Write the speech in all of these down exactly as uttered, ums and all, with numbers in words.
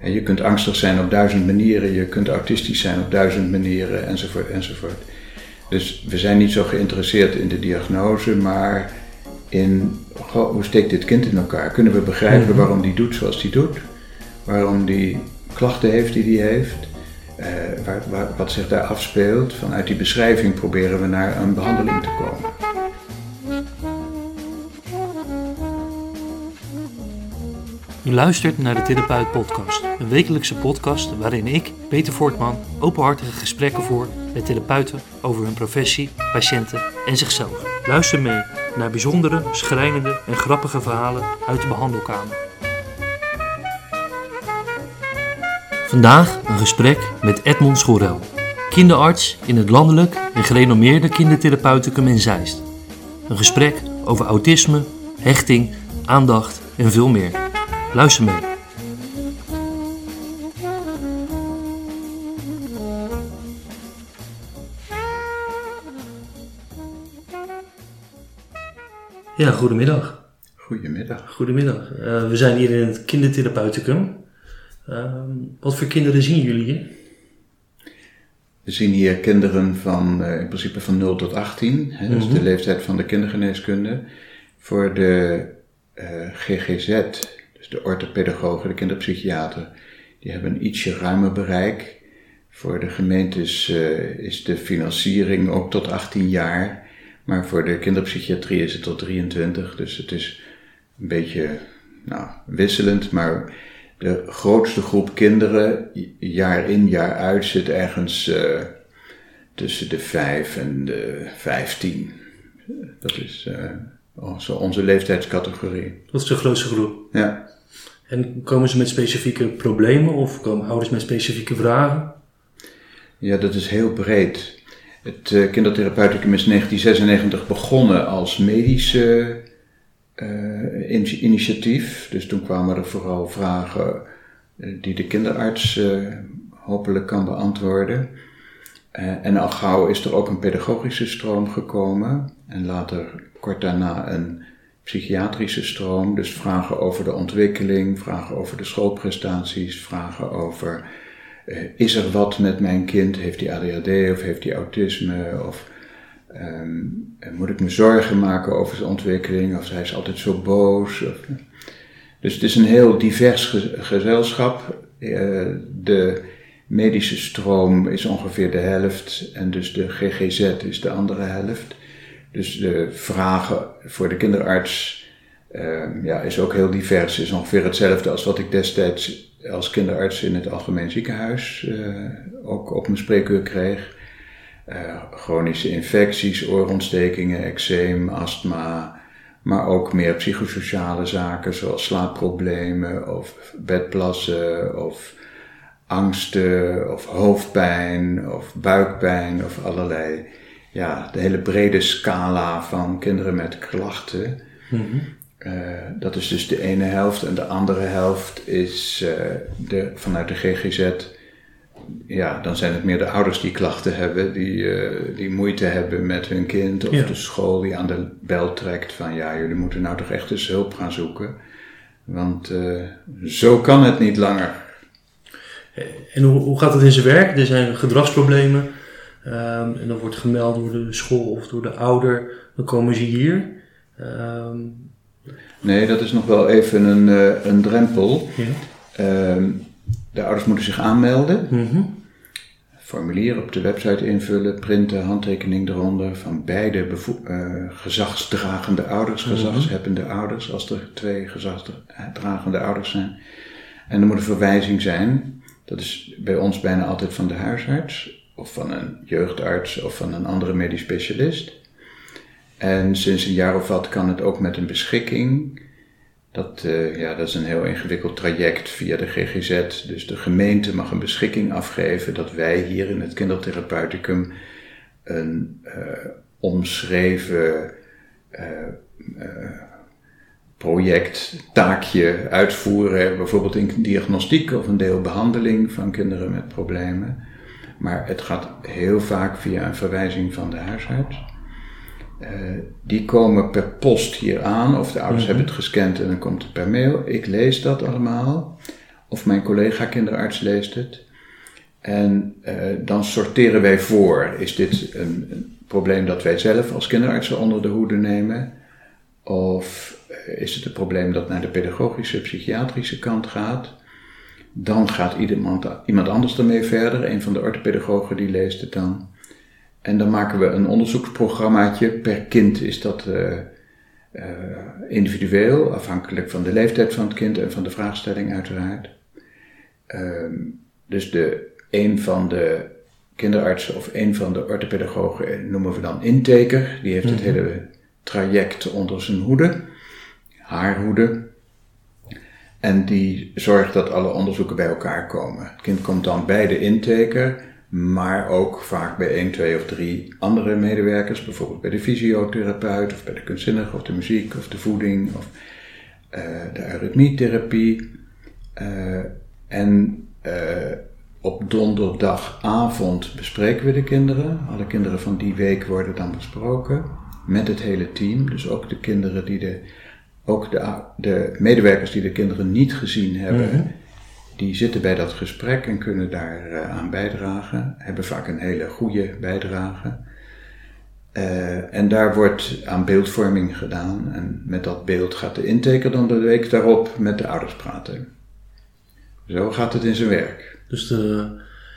En je kunt angstig zijn op duizend manieren, je kunt autistisch zijn op duizend manieren, enzovoort, enzovoort. Dus we zijn niet zo geïnteresseerd in de diagnose, maar in, goh, hoe steekt dit kind in elkaar? Kunnen we begrijpen waarom die doet zoals die doet? Waarom die klachten heeft die die heeft? Uh, waar, waar, wat zich daar afspeelt? Vanuit die beschrijving proberen we naar een behandeling te komen. U luistert naar de Therapeut Podcast, een wekelijkse podcast waarin ik, Peter Voortman, openhartige gesprekken voer met therapeuten over hun professie, patiënten en zichzelf. Luister mee naar bijzondere, schrijnende en grappige verhalen uit de behandelkamer. Vandaag een gesprek met Edmond Schorel, kinderarts in het landelijk en gerenommeerde kindertherapeuticum in Zeist. Een gesprek over autisme, hechting, aandacht en veel meer. Luister mee. Ja, goedemiddag. Goedemiddag. Goedemiddag. Uh, we zijn hier in het kindertherapeuticum. Uh, wat voor kinderen zien jullie hier? We zien hier kinderen van uh, in principe van nul tot achttien. Hè, mm-hmm. Dat is de leeftijd van de kindergeneeskunde. Voor de uh, G G Z, dus de orthopedagogen, de kinderpsychiater, die hebben een ietsje ruimer bereik. Voor de gemeentes uh, is de financiering ook tot achttien jaar. Maar voor de kinderpsychiatrie is het tot drieëntwintig. Dus het is een beetje nou, wisselend. Maar de grootste groep kinderen, jaar in jaar uit, zit ergens uh, tussen de vijf en de vijftien. Dat is uh, onze, onze leeftijdscategorie. Dat is de grootste groep? Ja. En komen ze met specifieke problemen of komen ouders met specifieke vragen? Ja, dat is heel breed. Het uh, kindertherapeuticum is in negentien zesennegentig begonnen als medische uh, in- initiatief. Dus toen kwamen er vooral vragen uh, die de kinderarts uh, hopelijk kan beantwoorden. Uh, en al gauw is er ook een pedagogische stroom gekomen. En later kort daarna een psychiatrische stroom. Dus vragen over de ontwikkeling, vragen over de schoolprestaties, vragen over Uh, is er wat met mijn kind? Heeft hij A D H D of heeft hij autisme? Of um, moet ik me zorgen maken over zijn ontwikkeling? Of hij is altijd zo boos? Of, dus het is een heel divers ge- gezelschap. Uh, de medische stroom is ongeveer de helft en dus de G G Z is de andere helft. Dus de vragen voor de kinderarts uh, ja, is ook heel divers. Is ongeveer hetzelfde als wat ik destijds als kinderarts in het algemeen ziekenhuis uh, ook op mijn spreekuur kreeg. Uh, chronische infecties, oorontstekingen, eczeem, astma, maar ook meer psychosociale zaken zoals slaapproblemen of bedplassen of angsten of hoofdpijn of buikpijn of allerlei, ja, de hele brede scala van kinderen met klachten. Mm-hmm. Uh, dat is dus de ene helft en de andere helft is uh, de, vanuit de G G Z, ja, dan zijn het meer de ouders die klachten hebben, die, uh, die moeite hebben met hun kind of ja. De school die aan de bel trekt van ja, jullie moeten nou toch echt eens hulp gaan zoeken, want uh, zo kan het niet langer. En hoe, hoe gaat het in zijn werk? Er zijn gedragsproblemen um, en dat wordt gemeld door de school of door de ouder, dan komen ze hier. Um, Nee, dat is nog wel even een, uh, een drempel. Ja. Uh, de ouders moeten zich aanmelden. Mm-hmm. Formulier op de website invullen, printen, handtekening eronder van beide bevo- uh, gezagsdragende ouders, gezagshebbende mm-hmm. ouders, als er twee gezagsdragende ouders zijn. En er moet een verwijzing zijn. Dat is bij ons bijna altijd van de huisarts, of van een jeugdarts, of van een andere medisch specialist. En sinds een jaar of wat kan het ook met een beschikking. Dat, uh, ja, dat is een heel ingewikkeld traject via de G G Z. Dus de gemeente mag een beschikking afgeven dat wij hier in het kindertherapeuticum een uh, omschreven uh, uh, project, taakje uitvoeren. Bijvoorbeeld in diagnostiek of een deel behandeling van kinderen met problemen. Maar het gaat heel vaak via een verwijzing van de huisarts. Uh, die komen per post hier aan, of de ouders mm-hmm. hebben het gescand en dan komt het per mail. Ik lees dat allemaal. of mijn collega kinderarts leest het. En uh, dan sorteren wij voor. Is dit een, een probleem dat wij zelf als kinderartsen onder de hoede nemen? Of uh, is het een probleem dat naar de pedagogische, psychiatrische kant gaat? Dan gaat iemand, iemand anders ermee verder. Een van de orthopedagogen die leest het dan. En dan maken we een onderzoeksprogrammaatje. Per kind is dat uh, uh, individueel, afhankelijk van de leeftijd van het kind en van de vraagstelling uiteraard. Uh, dus de, een van de kinderartsen of een van de orthopedagogen noemen we dan intaker. Die heeft het mm-hmm. hele traject onder zijn hoede, haar hoede. En die zorgt dat alle onderzoeken bij elkaar komen. Het kind komt dan bij de intaker, maar ook vaak bij één, twee of drie andere medewerkers. Bijvoorbeeld bij de fysiotherapeut of bij de kunstzinnige of de muziek of de voeding of uh, de eurythmietherapie. Uh, en uh, op donderdagavond bespreken we de kinderen. Alle kinderen van die week worden dan besproken met het hele team. Dus ook de kinderen die de... Ook de, de medewerkers die de kinderen niet gezien hebben, mm-hmm. die zitten bij dat gesprek en kunnen daar uh, aan bijdragen. Hebben vaak een hele goede bijdrage. Uh, en daar wordt aan beeldvorming gedaan. En met dat beeld gaat de intaker dan de week daarop met de ouders praten. Zo gaat het in zijn werk. Dus de,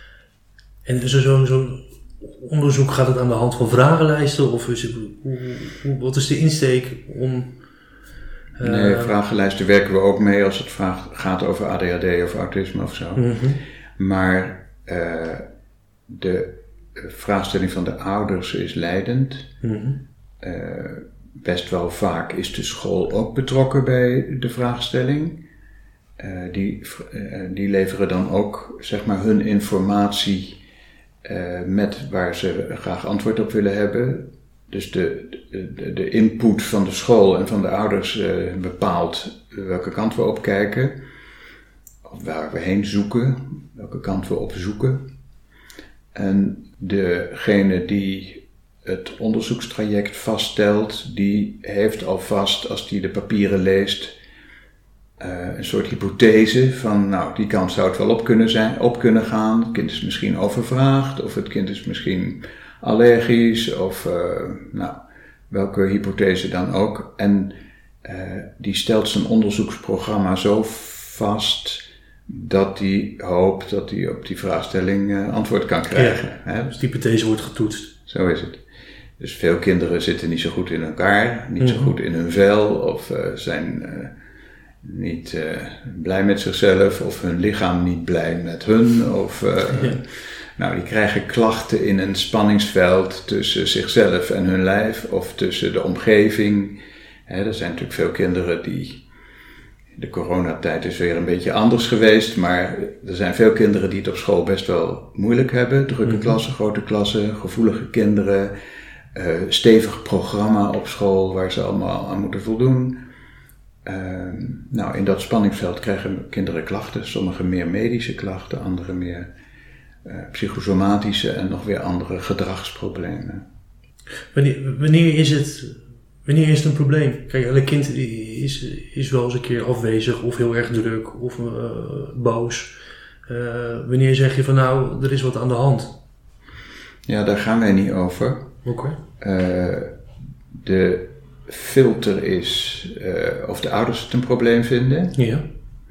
en zo'n zo onderzoek, gaat het aan de hand van vragenlijsten? Of is het, hoe, hoe, wat is de insteek om... Nee, vragenlijsten werken we ook mee als het vraag, gaat over A D H D of autisme of zo. Mm-hmm. Maar uh, de vraagstelling van de ouders is leidend. Mm-hmm. Uh, best wel vaak is de school ook betrokken bij de vraagstelling. Uh, die, uh, die leveren dan ook zeg maar hun informatie uh, met waar ze graag antwoord op willen hebben. Dus de, de, de input van de school en van de ouders uh, bepaalt welke kant we op kijken. Of waar we heen zoeken, welke kant we op zoeken. En degene die het onderzoekstraject vaststelt, die heeft alvast, als die de papieren leest, uh, een soort hypothese van, nou, die kant zou het wel op kunnen zijn, op kunnen gaan. Het kind is misschien overvraagd, of het kind is misschien allergisch, of uh, nou, welke hypothese dan ook. En uh, die stelt zijn onderzoeksprogramma zo vast dat hij hoopt dat hij op die vraagstelling uh, antwoord kan krijgen. Ja, hè? Dus die hypothese wordt getoetst. Zo is het. Dus veel kinderen zitten niet zo goed in elkaar, niet mm-hmm. zo goed in hun vel, of uh, zijn uh, niet uh, blij met zichzelf, of hun lichaam niet blij met hun, of... Uh, ja. Nou, die krijgen klachten in een spanningsveld tussen zichzelf en hun lijf of tussen de omgeving. He, er zijn natuurlijk veel kinderen die... De coronatijd is weer een beetje anders geweest, maar er zijn veel kinderen die het op school best wel moeilijk hebben. Drukke mm-hmm. klassen, grote klassen, gevoelige kinderen, uh, stevig programma op school waar ze allemaal aan moeten voldoen. Uh, nou, in dat spanningsveld krijgen kinderen klachten, sommige meer medische klachten, andere meer... Uh, psychosomatische en nog weer andere gedragsproblemen. Wanneer, wanneer, is het, wanneer is het een probleem? Kijk, elk kind is, is wel eens een keer afwezig of heel erg druk of uh, boos. Uh, wanneer zeg je van nou, er is wat aan de hand? Ja, daar gaan wij niet over. Oké. Okay. Uh, de filter is uh, of de ouders het een probleem vinden. Ja.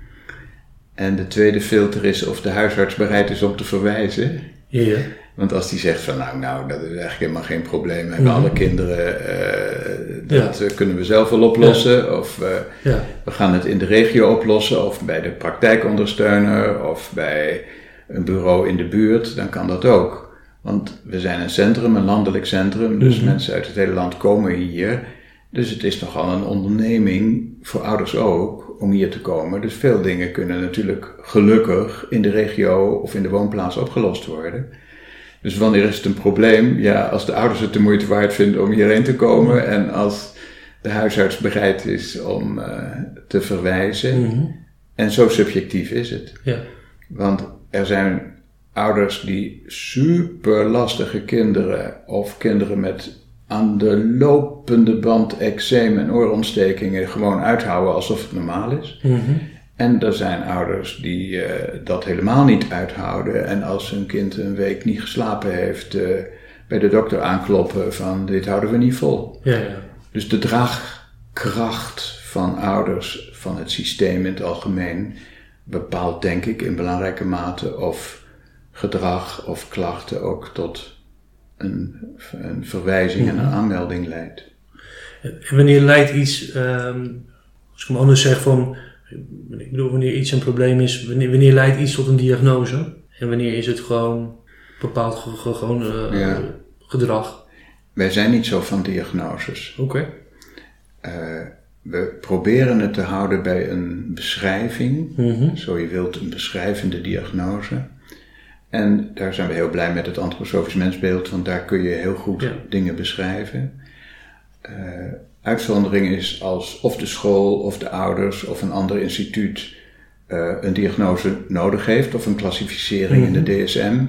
En de tweede filter is of de huisarts bereid is om te verwijzen. Ja. Want als die zegt van nou, nou dat is eigenlijk helemaal geen probleem. We hebben mm-hmm. alle kinderen, uh, dat ja. kunnen we zelf wel oplossen. Ja. Of uh, ja. we gaan het in de regio oplossen. Of bij de praktijkondersteuner. Of bij een bureau in de buurt. Dan kan dat ook. Want we zijn een centrum, een landelijk centrum. Dus mm-hmm. mensen uit het hele land komen hier. Dus het is nogal een onderneming, voor ouders ook, om hier te komen. Dus veel dingen kunnen natuurlijk gelukkig in de regio of in de woonplaats opgelost worden. Dus wanneer is het een probleem? Ja, als de ouders het de moeite waard vinden om hierheen te komen en als de huisarts bereid is om uh, te verwijzen. Mm-hmm. En zo subjectief is het. Ja. Want er zijn ouders die super lastige kinderen of kinderen met aan de lopende band eczeem en oorontstekingen gewoon uithouden alsof het normaal is. Mm-hmm. En er zijn ouders die uh, dat helemaal niet uithouden en als hun kind een week niet geslapen heeft, uh, bij de dokter aankloppen van dit houden we niet vol. Ja, ja. Dus de draagkracht van ouders, van het systeem in het algemeen, bepaalt denk ik in belangrijke mate of gedrag of klachten ook tot een, een verwijzing mm-hmm. en een aanmelding leidt. En wanneer leidt iets, um, als ik hem anders zeg van, ik bedoel wanneer iets een probleem is, wanneer, wanneer leidt iets tot een diagnose? En wanneer is het gewoon bepaald ge, ge, gewoon, uh, ja. gedrag? Wij zijn niet zo van diagnoses. Oké. Okay. Uh, we proberen het te houden bij een beschrijving, mm-hmm. zo je wilt een beschrijvende diagnose. En daar zijn we heel blij met het antroposofisch mensbeeld, want daar kun je heel goed ja. dingen beschrijven. Uh, uitzondering is als of de school of de ouders of een ander instituut uh, een diagnose nodig heeft of een klassificering mm-hmm. in de D S M.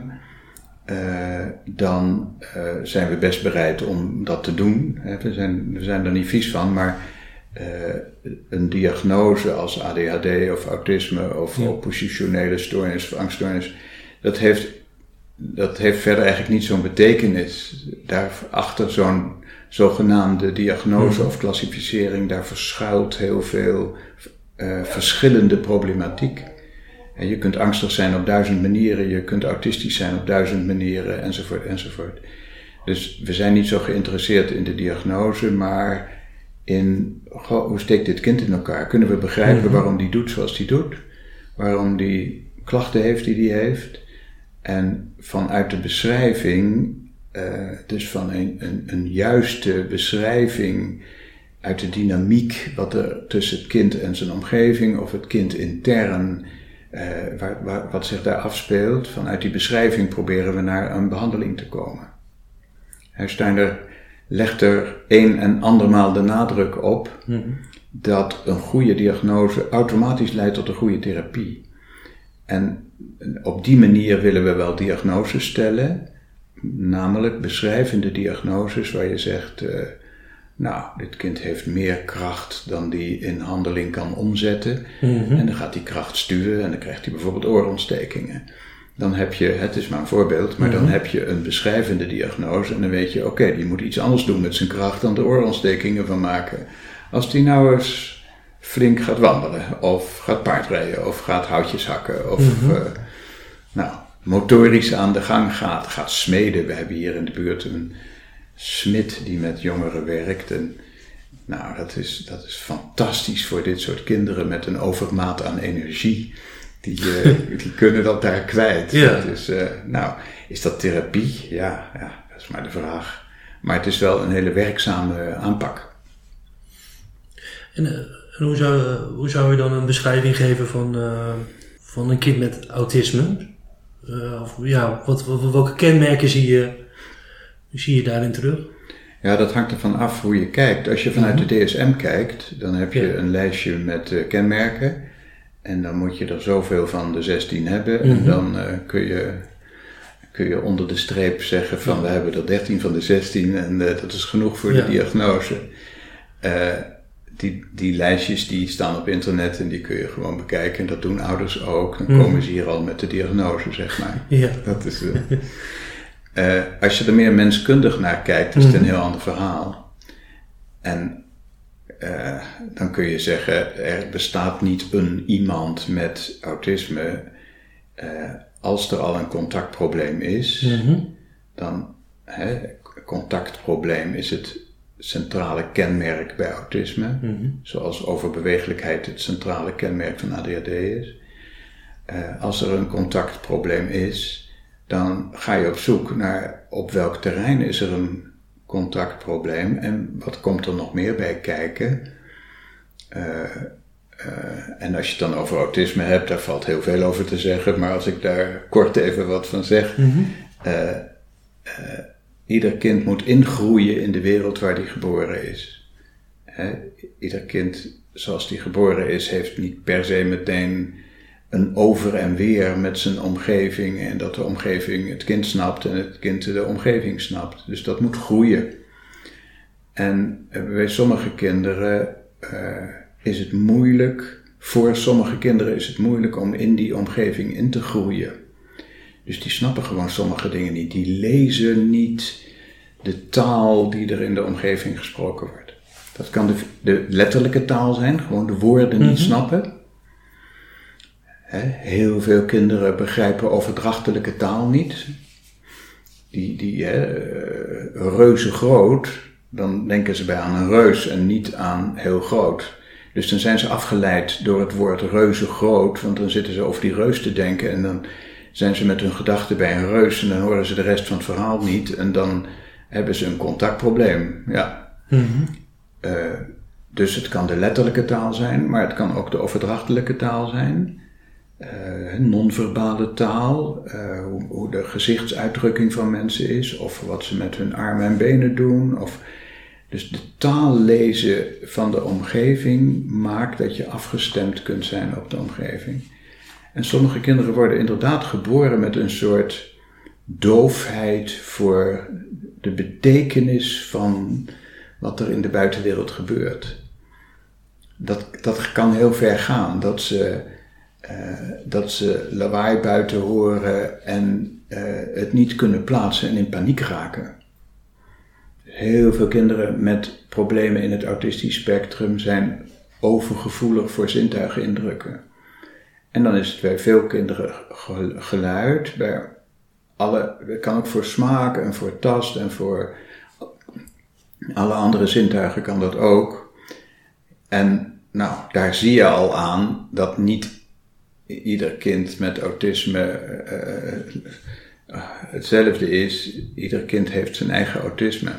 Uh, dan uh, zijn we best bereid om dat te doen. Hè. We zijn, we zijn er niet vies van, maar uh, een diagnose als A D H D of autisme of ja. oppositionele stoornis of angststoornis, dat heeft, dat heeft verder eigenlijk niet zo'n betekenis. Daarachter zo'n zogenaamde diagnose mm-hmm. of klassificering, daar verschuilt heel veel uh, verschillende problematiek. En je kunt angstig zijn op duizend manieren, je kunt autistisch zijn op duizend manieren, enzovoort, enzovoort. Dus we zijn niet zo geïnteresseerd in de diagnose, maar in, goh, hoe steekt dit kind in elkaar? Kunnen we begrijpen mm-hmm. waarom die doet zoals die doet? Waarom die klachten heeft die die heeft? En vanuit de beschrijving, uh, dus van een, een, een juiste beschrijving uit de dynamiek wat er tussen het kind en zijn omgeving of het kind intern, uh, waar, waar, wat zich daar afspeelt, vanuit die beschrijving proberen we naar een behandeling te komen. Steiner legt er een en andermaal de nadruk op mm-hmm. dat een goede diagnose automatisch leidt tot een goede therapie. En op die manier willen we wel diagnoses stellen, namelijk beschrijvende diagnoses waar je zegt, uh, nou, dit kind heeft meer kracht dan die in handeling kan omzetten. Mm-hmm. En dan gaat die kracht stuwen en dan krijgt hij bijvoorbeeld oorontstekingen. Dan heb je, het is maar een voorbeeld, maar mm-hmm. dan heb je een beschrijvende diagnose en dan weet je, oké, okay, die moet iets anders doen met zijn kracht dan de oorontstekingen van maken. Als die nou eens flink gaat wandelen, of gaat paardrijden, of gaat houtjes hakken, of mm-hmm. uh, nou, motorisch aan de gang gaat, gaat smeden. We hebben hier in de buurt een smid die met jongeren werkt. En, nou, dat is, dat is fantastisch voor dit soort kinderen met een overmaat aan energie. Die, uh, die kunnen dat daar kwijt. Ja. Dat is, uh, nou, is dat therapie? Ja, ja, dat is maar de vraag. Maar het is wel een hele werkzame aanpak. En, uh, en hoe, zou, hoe zou je dan een beschrijving geven van, uh, van een kind met autisme? Uh, of, ja, wat, wat, welke kenmerken zie je, zie je daarin terug? Ja, dat hangt ervan af hoe je kijkt. Als je vanuit de D S M kijkt, dan heb je ja. een lijstje met uh, kenmerken. En dan moet je er zoveel van de zestien hebben. Mm-hmm. En dan uh, kun, je, kun je onder de streep zeggen van ja. we hebben er dertien van de zestien en uh, dat is genoeg voor ja. de diagnose. Uh, die, die lijstjes die staan op internet en die kun je gewoon bekijken. En dat doen ouders ook. Dan mm-hmm. komen ze hier al met de diagnose, zeg maar. Ja. Dat is, uh, uh, als je er meer menskundig naar kijkt, is het mm-hmm. een heel ander verhaal. En Uh, dan kun je zeggen, er bestaat niet een iemand met autisme. Uh, als er al een contactprobleem is, mm-hmm. dan, hè, contactprobleem is het centrale kenmerk bij autisme. Mm-hmm. Zoals overbewegelijkheid het centrale kenmerk van A D H D is. Uh, als er een contactprobleem is, dan ga je op zoek naar op welk terrein is er een contactprobleem en wat komt er nog meer bij kijken. Uh, uh, en als je het dan over autisme hebt, daar valt heel veel over te zeggen, maar als ik daar kort even wat van zeg. Mm-hmm. Uh, uh, ieder kind moet ingroeien in de wereld waar die geboren is. Hè? Ieder kind zoals die geboren is, heeft niet per se meteen een over en weer met zijn omgeving en dat de omgeving het kind snapt en het kind de omgeving snapt. Dus dat moet groeien. En bij sommige kinderen uh, is het moeilijk voor sommige kinderen is het moeilijk om in die omgeving in te groeien. Dus die snappen gewoon sommige dingen niet. Die lezen niet de taal die er in de omgeving gesproken wordt. Dat kan de, de letterlijke taal zijn, gewoon de woorden niet mm-hmm. snappen. He, heel veel kinderen begrijpen overdrachtelijke taal niet. Die, die he, reuze groot, dan denken ze bij aan een reus en niet aan heel groot. Dus dan zijn ze afgeleid door het woord reuze groot, want dan zitten ze over die reus te denken en dan zijn ze met hun gedachten bij een reus en dan horen ze de rest van het verhaal niet en dan hebben ze een contactprobleem. Ja. Mm-hmm. Uh, dus het kan de letterlijke taal zijn, maar het kan ook de overdrachtelijke taal zijn. Uh, non-verbale taal, uh, hoe, hoe de gezichtsuitdrukking van mensen is, of wat ze met hun armen en benen doen. Of, dus de taal lezen van de omgeving maakt dat je afgestemd kunt zijn op de omgeving. En sommige kinderen worden inderdaad geboren met een soort doofheid voor de betekenis van wat er in de buitenwereld gebeurt. Dat, dat kan heel ver gaan, dat ze, uh, dat ze lawaai buiten horen en uh, het niet kunnen plaatsen en in paniek raken. Heel veel kinderen met problemen in het autistisch spectrum zijn overgevoelig voor zintuigindrukken. En dan is het bij veel kinderen geluid, bij alle, het kan ook voor smaak en voor tast en voor alle andere zintuigen kan dat ook. En nou, daar zie je al aan dat niet ieder kind met autisme uh, hetzelfde is. Ieder kind heeft zijn eigen autisme.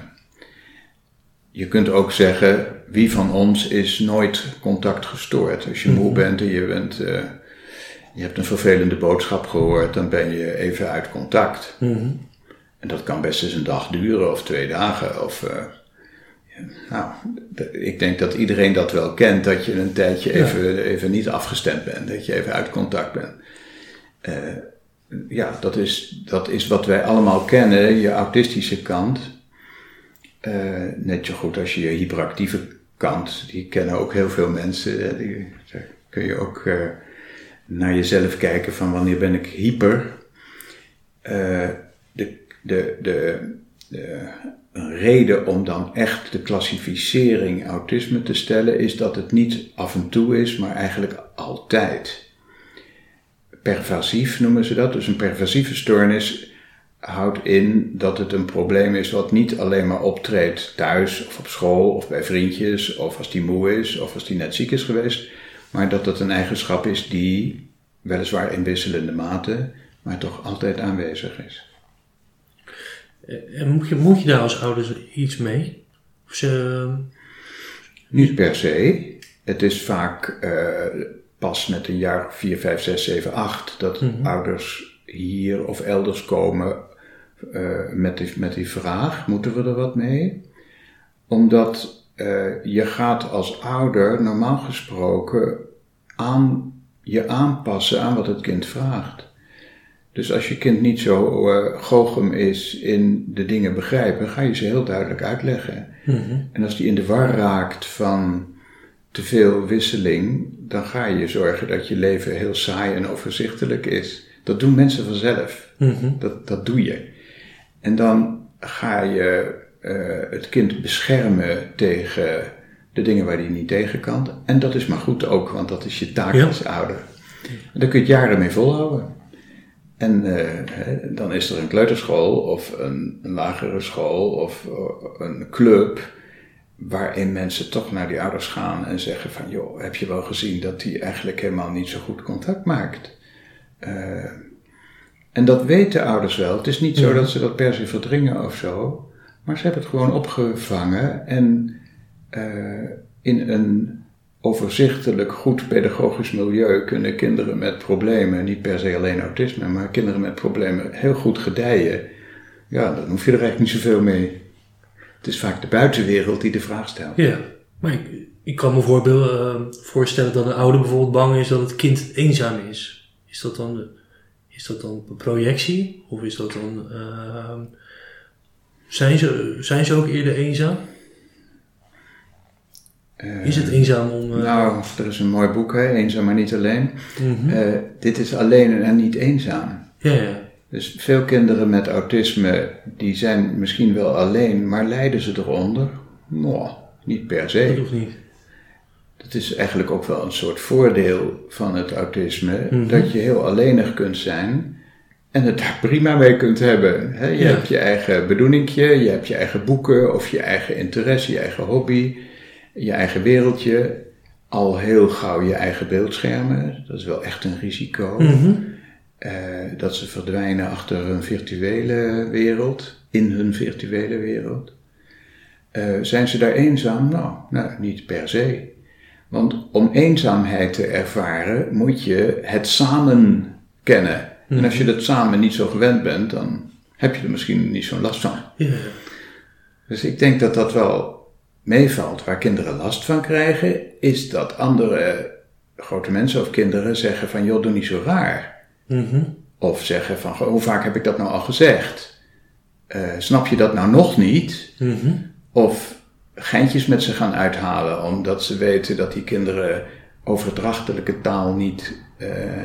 Je kunt ook zeggen, wie van ons is nooit contact gestoord? Als je moe bent en je, bent, uh, je hebt een vervelende boodschap gehoord, dan ben je even uit contact. Mm-hmm. En dat kan best eens een dag duren of twee dagen. Of, uh, ja, nou, d- ik denk dat iedereen dat wel kent, dat je een tijdje even, ja. even niet afgestemd bent, dat je even uit contact bent. Uh, ja, dat is, dat is wat wij allemaal kennen, je autistische kant. Uh, net zo goed als je je hyperactieve kant, die kennen ook heel veel mensen. Die, daar kun je ook uh, naar jezelf kijken van wanneer ben ik hyper. Uh, de, de, de, de een reden om dan echt de klassificering autisme te stellen is dat het niet af en toe is, maar eigenlijk altijd. Pervasief noemen ze dat, dus een pervasieve stoornis houdt in dat het een probleem is wat niet alleen maar optreedt thuis of op school of bij vriendjes of als die moe is of als die net ziek is geweest, maar dat het een eigenschap is die weliswaar in wisselende mate, maar toch altijd aanwezig is. En moet je, moet je daar als ouders iets mee? Of ze... Niet per se. Het is vaak uh, pas met een jaar of vier, vijf, zes, zeven, acht dat mm-hmm. ouders hier of elders komen uh, met, die, met die vraag, moeten we er wat mee? Omdat uh, je gaat als ouder normaal gesproken aan, je aanpassen aan wat het kind vraagt. Dus als je kind niet zo uh, goochem is in de dingen begrijpen, ga je ze heel duidelijk uitleggen. Mm-hmm. En als die in de war raakt van te veel wisseling, dan ga je zorgen dat je leven heel saai en overzichtelijk is. Dat doen mensen vanzelf. Mm-hmm. Dat, dat doe je. En dan ga je uh, het kind beschermen tegen de dingen waar hij niet tegen kan. En dat is maar goed ook, want dat is je taak ja. als ouder. En daar kun je het jaren mee volhouden. En uh, dan is er een kleuterschool of een, een lagere school of uh, een club waarin mensen toch naar die ouders gaan en zeggen van joh, heb je wel gezien dat die eigenlijk helemaal niet zo goed contact maakt? Uh, en dat weten ouders wel. Het is niet zo dat ze dat per se verdringen of zo, maar ze hebben het gewoon opgevangen en uh, in een overzichtelijk goed pedagogisch milieu kunnen kinderen met problemen, niet per se alleen autisme, maar kinderen met problemen heel goed gedijen. Ja, dan hoef je er eigenlijk niet zoveel mee. Het is vaak de buitenwereld die de vraag stelt. Ja, maar ik, ik kan me voorbeeld, uh, voorstellen dat een ouder bijvoorbeeld bang is dat het kind eenzaam is. Is dat dan, de, is dat dan een projectie? Of is dat dan, uh, zijn ze, zijn ze ook eerder eenzaam? Uh, is het eenzaam om... Uh... Nou, er is een mooi boek, hè? Eenzaam maar niet alleen. Mm-hmm. Uh, dit is alleen en niet eenzaam. Ja, ja. Dus veel kinderen met autisme, die zijn misschien wel alleen, maar lijden ze eronder? Nou, niet per se. Dat hoeft niet. Dat is eigenlijk ook wel een soort voordeel van het autisme, mm-hmm. dat je heel alleenig kunt zijn en het daar prima mee kunt hebben. He, je ja. hebt je eigen bedoelingje, je hebt je eigen boeken of je eigen interesse, je eigen hobby, je eigen wereldje. Al heel gauw je eigen beeldschermen, dat is wel echt een risico. Mm-hmm. Uh, dat ze verdwijnen achter hun virtuele wereld, in hun virtuele wereld. Uh, zijn ze daar eenzaam? Nou, nou, niet per se. Want om eenzaamheid te ervaren moet je het samen kennen. Mm. En als je dat samen niet zo gewend bent, dan heb je er misschien niet zo'n last van. Yeah. Dus ik denk dat dat wel meevalt. Waar kinderen last van krijgen, is dat andere grote mensen of kinderen zeggen van, joh, doe niet zo raar. Mm-hmm. Of zeggen van, hoe vaak heb ik dat nou al gezegd? Uh, snap je dat nou nog niet? Mm-hmm. Of geintjes met ze gaan uithalen, omdat ze weten dat die kinderen overdrachtelijke taal niet uh,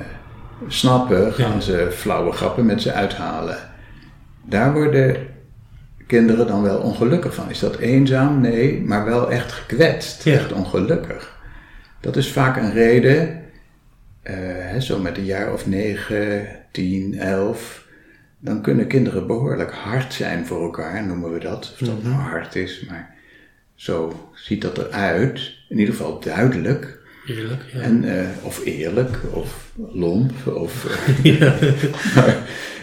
snappen, gaan ja. ze flauwe grappen met ze uithalen. Daar worden kinderen dan wel ongelukkig van. Is dat eenzaam? Nee, maar wel echt gekwetst, ja. echt ongelukkig. Dat is vaak een reden, uh, hè, zo met een jaar of negen, tien, elf, dan kunnen kinderen behoorlijk hard zijn voor elkaar, noemen we dat. Of dat nou hard is, maar zo ziet dat eruit. In ieder geval duidelijk. Eerlijk, ja. En, uh, of eerlijk, of lomp, of... Uh, ja. maar,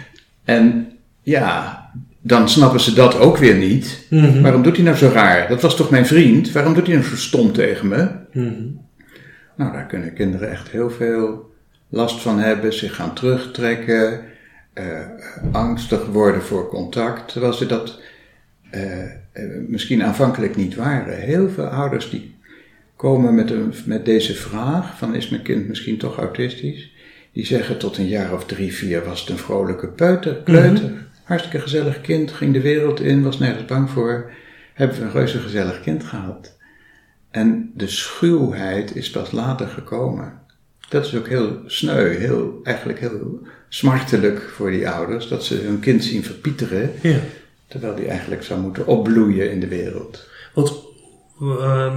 en ja, dan snappen ze dat ook weer niet. Mm-hmm. Waarom doet hij nou zo raar? Dat was toch mijn vriend? Waarom doet hij nou zo stom tegen me? Mm-hmm. Nou, daar kunnen kinderen echt heel veel last van hebben. Zich gaan terugtrekken. Uh, angstig worden voor contact. Terwijl ze dat uh, uh, misschien aanvankelijk niet waren. Heel veel ouders die komen met, een, met deze vraag van, is mijn kind misschien toch autistisch? Die zeggen, tot een jaar of drie, vier was het een vrolijke peuter, kleuter. Mm-hmm. Hartstikke gezellig kind, ging de wereld in, was nergens bang voor. Hebben we een reuze gezellig kind gehad. En de schuwheid is pas later gekomen. Dat is ook heel sneu, heel, eigenlijk heel smartelijk voor die ouders, dat ze hun kind zien verpieteren, ja. terwijl die eigenlijk zou moeten opbloeien in de wereld. Wat, uh,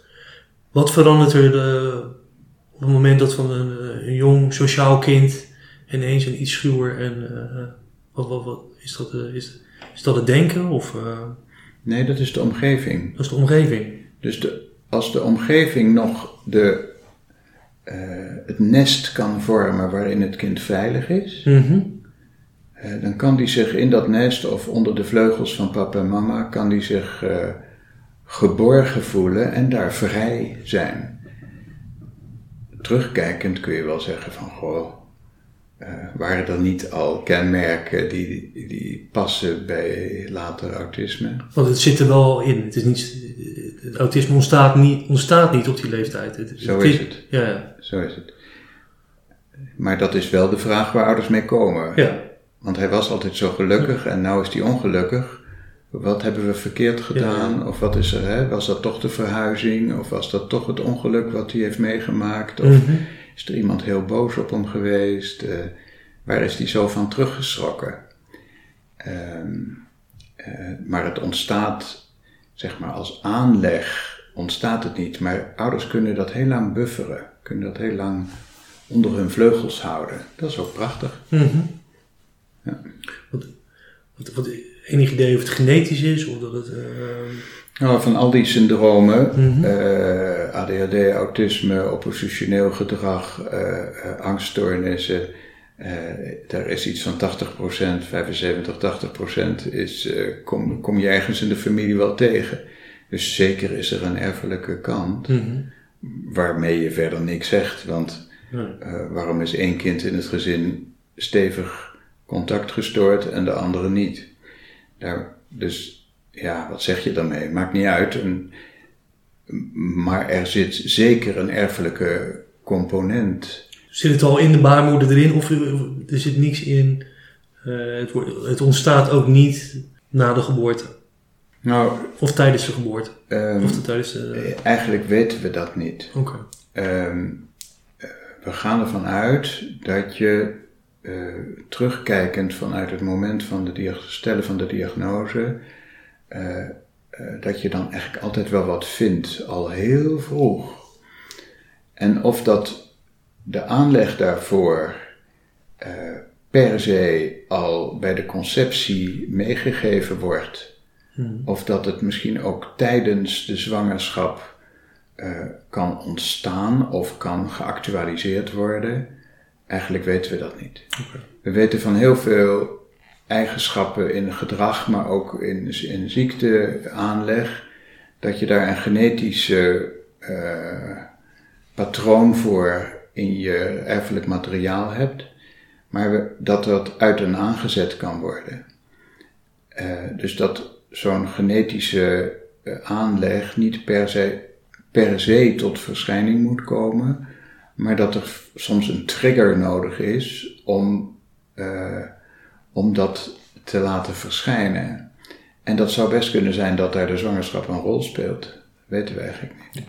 wat verandert er de, op het moment dat van een, een jong sociaal kind ineens een iets schuwer en uh, wat, wat, wat is dat? Uh, is, is dat het denken of? Uh... Nee, dat is de omgeving. Dat is de omgeving. Dus de, als de omgeving nog de Uh, het nest kan vormen waarin het kind veilig is, mm-hmm. uh, dan kan die zich in dat nest of onder de vleugels van papa en mama, kan die zich uh, geborgen voelen en daar vrij zijn. Terugkijkend kun je wel zeggen van, goh, uh, waren er niet al kenmerken die, die, die passen bij later autisme? Want het zit er wel in. Het is niet, het autisme ontstaat niet, ontstaat niet op die leeftijd. Het, Zo het, is het. Ja, ja. Zo is het. Maar dat is wel de vraag waar ouders mee komen. Ja. Want hij was altijd zo gelukkig en nou is hij ongelukkig. Wat hebben we verkeerd gedaan? Ja, ja. Of wat is er, hè? Was dat toch de verhuizing? Of was dat toch het ongeluk wat hij heeft meegemaakt? Of mm-hmm. is er iemand heel boos op hem geweest? Uh, waar is hij zo van teruggeschrokken? Uh, uh, maar het ontstaat, zeg maar, als aanleg ontstaat het niet. Maar ouders kunnen dat heel lang bufferen. Kunnen dat heel lang onder hun vleugels houden. Dat is ook prachtig. Mm-hmm. Ja. Wat, wat, wat, enig idee of het genetisch is? Of dat het, uh... nou, van al die syndromen, mm-hmm. uh, A D H D, autisme, oppositioneel gedrag, uh, uh, angststoornissen, uh, daar is iets van tachtig procent, vijfenzeventig, tachtig procent is, uh, kom, kom je ergens in de familie wel tegen. Dus zeker is er een erfelijke kant, mm-hmm. waarmee je verder niks zegt, want uh, waarom is één kind in het gezin stevig contact gestoord en de andere niet? Daar, dus ja, wat zeg je daarmee? Maakt niet uit. En, maar er zit zeker een erfelijke component. Zit het al in de baarmoeder erin of er zit niks in? Uh, het, wordt, het ontstaat ook niet na de geboorte? Nou, of tijdens de geboorte? Um, of de, tijdens de... Eigenlijk weten we dat niet. Oké. Okay. Um, we gaan ervan uit dat je uh, terugkijkend vanuit het moment van de dia- stellen van de diagnose, uh, uh, dat je dan eigenlijk altijd wel wat vindt, al heel vroeg. En of dat de aanleg daarvoor uh, per se al bij de conceptie meegegeven wordt, Hmm. of dat het misschien ook tijdens de zwangerschap uh, kan ontstaan of kan geactualiseerd worden. Eigenlijk weten we dat niet. Okay. We weten van heel veel eigenschappen in gedrag, maar ook in, in ziekteaanleg, dat je daar een genetische uh, patroon voor in je erfelijk materiaal hebt, maar we, dat dat uit en aangezet kan worden. Uh, dus dat zo'n genetische uh, aanleg niet per se, per se tot verschijning moet komen, maar dat er f- soms een trigger nodig is om, uh, om dat te laten verschijnen. En dat zou best kunnen zijn dat daar de zwangerschap een rol speelt. Dat weten we eigenlijk niet.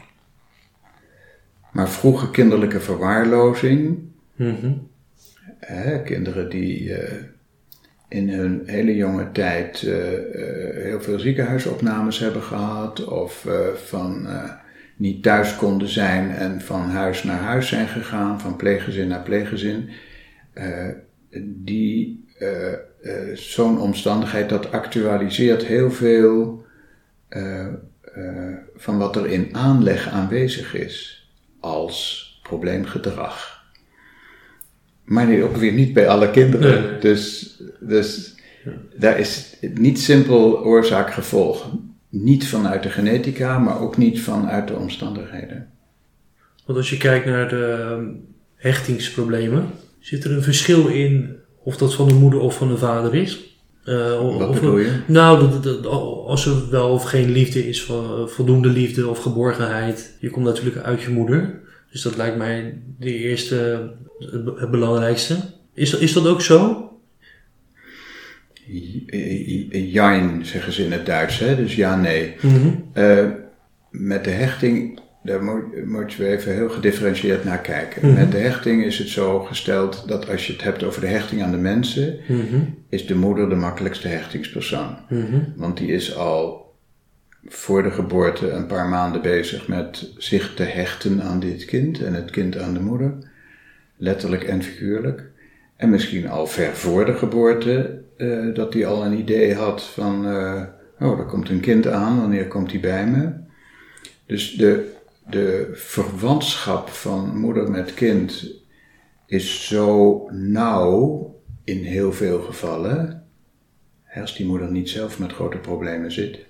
Maar vroege kinderlijke verwaarlozing, mm-hmm. hè, kinderen die uh, in hun hele jonge tijd uh, uh, heel veel ziekenhuisopnames hebben gehad, of uh, van uh, niet thuis konden zijn en van huis naar huis zijn gegaan, van pleeggezin naar pleeggezin, uh, die, uh, uh, zo'n omstandigheid, dat actualiseert heel veel uh, uh, van wat er in aanleg aanwezig is, als probleemgedrag. Maar ook weer niet bij alle kinderen. Nee. Dus, dus ja. Daar is niet simpel oorzaak-gevolg. Niet vanuit de genetica, maar ook niet vanuit de omstandigheden. Want als je kijkt naar de hechtingsproblemen, zit er een verschil in of dat van de moeder of van de vader is? Uh, Wat of, bedoel je? Nou, dat, dat, als er wel of geen liefde is, voldoende liefde of geborgenheid. Je komt natuurlijk uit je moeder. Dus dat lijkt mij de eerste, het belangrijkste. Is, is dat ook zo? Jein, zeggen ze in het Duits, hè? Dus ja, nee. Mm-hmm. Uh, met de hechting, daar moet, moet je even heel gedifferentieerd naar kijken. Mm-hmm. Met de hechting is het zo gesteld dat als je het hebt over de hechting aan de mensen, mm-hmm. is de moeder de makkelijkste hechtingspersoon. Mm-hmm. Want die is al voor de geboorte een paar maanden bezig met zich te hechten aan dit kind en het kind aan de moeder, letterlijk en figuurlijk. En misschien al ver voor de geboorte, uh, dat hij al een idee had van, uh, oh, er komt een kind aan, wanneer komt hij bij me? Dus de, de verwantschap van moeder met kind is zo nauw in heel veel gevallen, als die moeder niet zelf met grote problemen zit,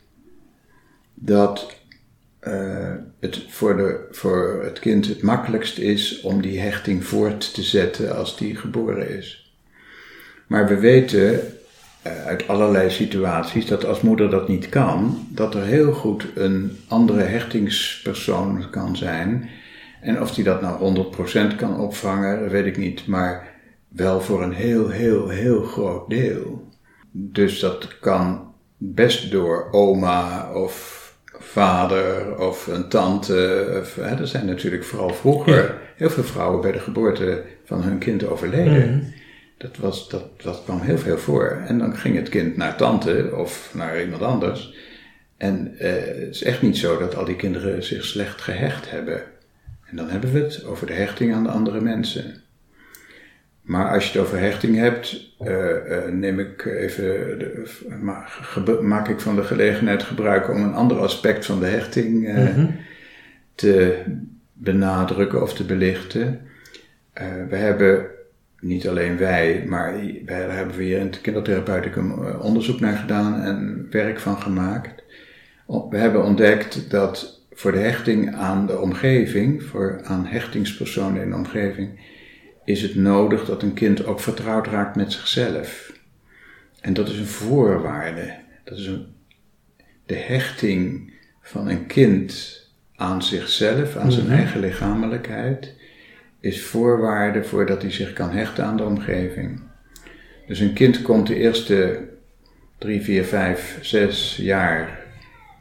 dat uh, het voor, de, voor het kind het makkelijkst is om die hechting voort te zetten als die geboren is. Maar we weten uh, uit allerlei situaties dat als moeder dat niet kan, dat er heel goed een andere hechtingspersoon kan zijn. En of die dat nou honderd procent kan opvangen, dat weet ik niet, maar wel voor een heel, heel, heel groot deel. Dus dat kan best door oma of vader of een tante. Of, hè, er zijn natuurlijk vooral vroeger ja. heel veel vrouwen bij de geboorte van hun kind overleden. Mm-hmm. Dat, was, dat, dat kwam heel veel voor. En dan ging het kind naar tante of naar iemand anders. En uh, het is echt niet zo dat al die kinderen zich slecht gehecht hebben. En dan hebben we het over de hechting aan de andere mensen. Maar als je het over hechting hebt, uh, uh, neem ik even de, ma, ge, maak ik van de gelegenheid gebruik om een ander aspect van de hechting uh, mm-hmm. te benadrukken of te belichten. Uh, we hebben, niet alleen wij, maar daar hebben we hier in het kindertherapeuticum onderzoek naar gedaan en werk van gemaakt. We hebben ontdekt dat voor de hechting aan de omgeving, voor aan hechtingspersonen in de omgeving, is het nodig dat een kind ook vertrouwd raakt met zichzelf. En dat is een voorwaarde. Dat is een, de hechting van een kind aan zichzelf, aan zijn mm-hmm. eigen lichamelijkheid, is voorwaarde voordat hij zich kan hechten aan de omgeving. Dus een kind komt de eerste drie, vier, vijf, zes jaar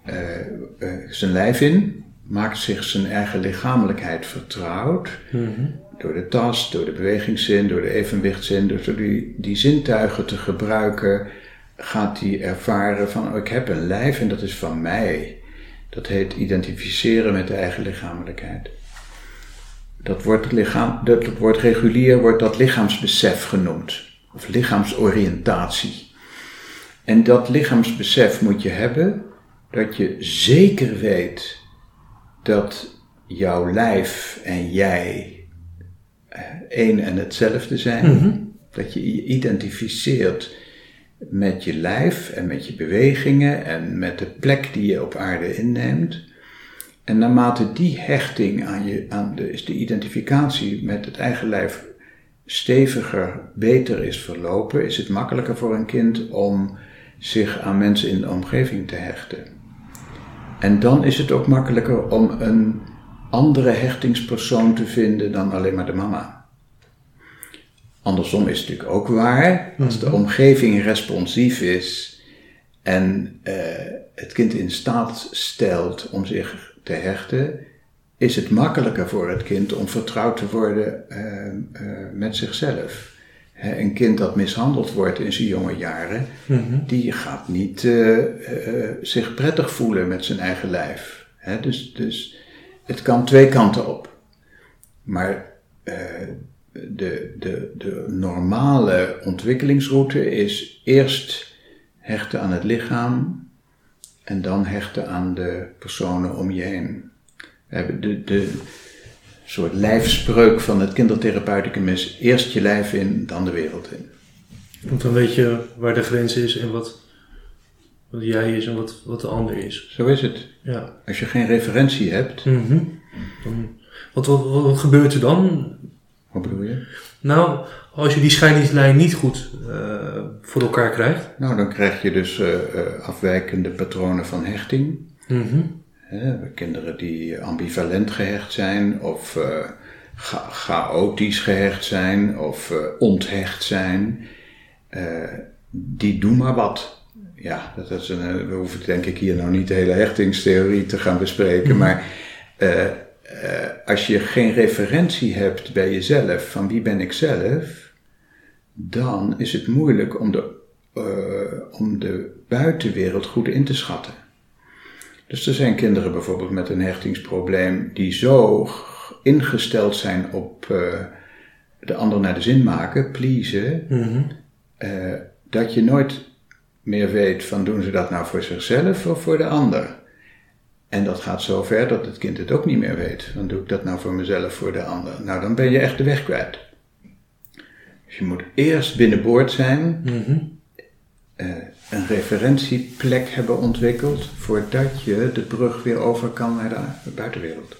uh, uh, zijn lijf in, maakt zich zijn eigen lichamelijkheid vertrouwd. Mm-hmm. Door de tast, door de bewegingszin, door de evenwichtszin, door die, die zintuigen te gebruiken, gaat hij ervaren van, oh, ik heb een lijf en dat is van mij. Dat heet identificeren met de eigen lichamelijkheid. Dat wordt, lichaam, dat wordt regulier, wordt dat lichaamsbesef genoemd. Of lichaamsoriëntatie. En dat lichaamsbesef moet je hebben, dat je zeker weet dat jouw lijf en jij één en hetzelfde zijn. Mm-hmm. Dat je je identificeert met je lijf en met je bewegingen en met de plek die je op aarde inneemt. En naarmate die hechting aan je, aan de, is de identificatie met het eigen lijf steviger, beter is verlopen, is het makkelijker voor een kind om zich aan mensen in de omgeving te hechten. En dan is het ook makkelijker om een andere hechtingspersoon te vinden dan alleen maar de mama. Andersom is het natuurlijk ook waar, als de omgeving responsief is en uh, het kind in staat stelt om zich te hechten, is het makkelijker voor het kind om vertrouwd te worden uh, uh, met zichzelf. He, een kind dat mishandeld wordt in zijn jonge jaren, mm-hmm. die gaat niet uh, uh, zich prettig voelen met zijn eigen lijf. He, dus, dus het kan twee kanten op. Maar uh, de, de, de normale ontwikkelingsroute is eerst hechten aan het lichaam en dan hechten aan de personen om je heen. We hebben de, de soort lijfspreuk van het kindertherapeuticum is eerst je lijf in, dan de wereld in. Want dan weet je waar de grens is en wat, wat jij is en wat, wat de ander is. Zo is het. Ja. Als je geen referentie hebt. Mm-hmm. Dan, wat, wat, wat, wat gebeurt er dan? Wat bedoel je? Nou, als je die scheidingslijn niet goed uh, voor elkaar krijgt. Nou, dan krijg je dus uh, uh, afwijkende patronen van hechting. Mm-hmm. He, kinderen die ambivalent gehecht zijn of uh, cha- chaotisch gehecht zijn of uh, onthecht zijn, uh, die doen maar wat. Ja, dat is een, we hoeven denk ik hier nou niet de hele hechtingstheorie te gaan bespreken, mm-hmm. maar uh, uh, als je geen referentie hebt bij jezelf van wie ben ik zelf, dan is het moeilijk om de, uh, om de buitenwereld goed in te schatten. Dus er zijn kinderen bijvoorbeeld met een hechtingsprobleem die zo ingesteld zijn op uh, de ander naar de zin maken, pleasen, mm-hmm. uh, dat je nooit meer weet van doen ze dat nou voor zichzelf of voor de ander. En dat gaat zo ver dat het kind het ook niet meer weet. Van doe ik dat nou voor mezelf of voor de ander? Nou, dan ben je echt de weg kwijt. Dus je moet eerst binnenboord zijn, mm-hmm. uh, een referentieplek hebben ontwikkeld voordat je de brug weer over kan naar de buitenwereld.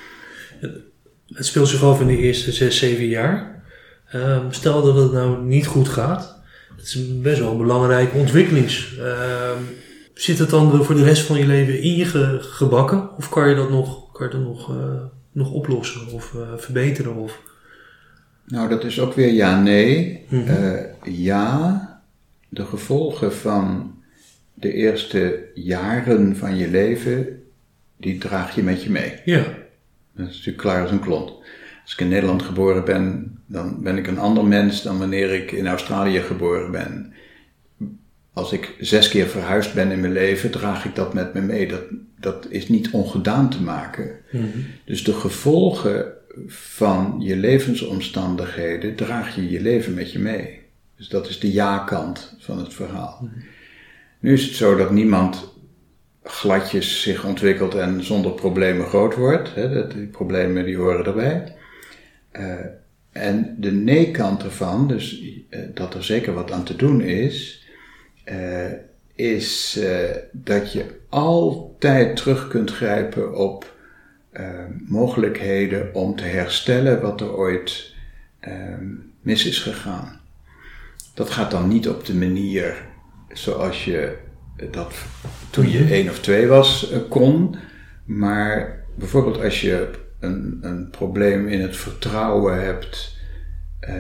Het speelt zich af in de eerste zes, zeven jaar. Uh, stel dat het nou niet goed gaat. Het is best wel een belangrijke ontwikkelings. Uh, zit het dan voor de rest van je leven in je ge- gebakken? Of kan je dat nog, kan je dat nog, uh, nog oplossen of uh, verbeteren? Of? Nou, dat is ook weer ja-nee. Mm-hmm. Uh, ja... De gevolgen van de eerste jaren van je leven, die draag je met je mee. Ja. Dat is natuurlijk klaar als een klont. Als ik in Nederland geboren ben, dan ben ik een ander mens dan wanneer ik in Australië geboren ben. Als ik zes keer verhuisd ben in mijn leven, draag ik dat met me mee. Dat, dat is niet ongedaan te maken. Mm-hmm. Dus de gevolgen van je levensomstandigheden draag je je leven met je mee. Dus dat is de ja-kant van het verhaal. Mm-hmm. Nu is het zo dat niemand gladjes zich ontwikkelt en zonder problemen groot wordt. Hè, dat, die problemen die horen erbij. Uh, en de nee-kant ervan, dus uh, dat er zeker wat aan te doen is, uh, is uh, dat je altijd terug kunt grijpen op uh, mogelijkheden om te herstellen wat er ooit uh, mis is gegaan. Dat gaat dan niet op de manier zoals je dat toen je één of twee was kon, maar bijvoorbeeld als je een, een probleem in het vertrouwen hebt uh,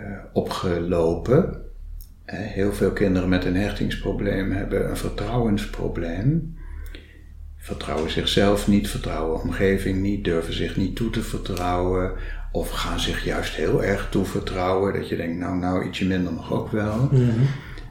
opgelopen. Uh, heel veel kinderen met een hechtingsprobleem hebben een vertrouwensprobleem. vertrouwen zichzelf niet, vertrouwen omgeving niet, durven zich niet toe te vertrouwen. Of gaan zich juist heel erg toevertrouwen. Dat je denkt, nou, nou, ietsje minder mag ook wel. Mm-hmm.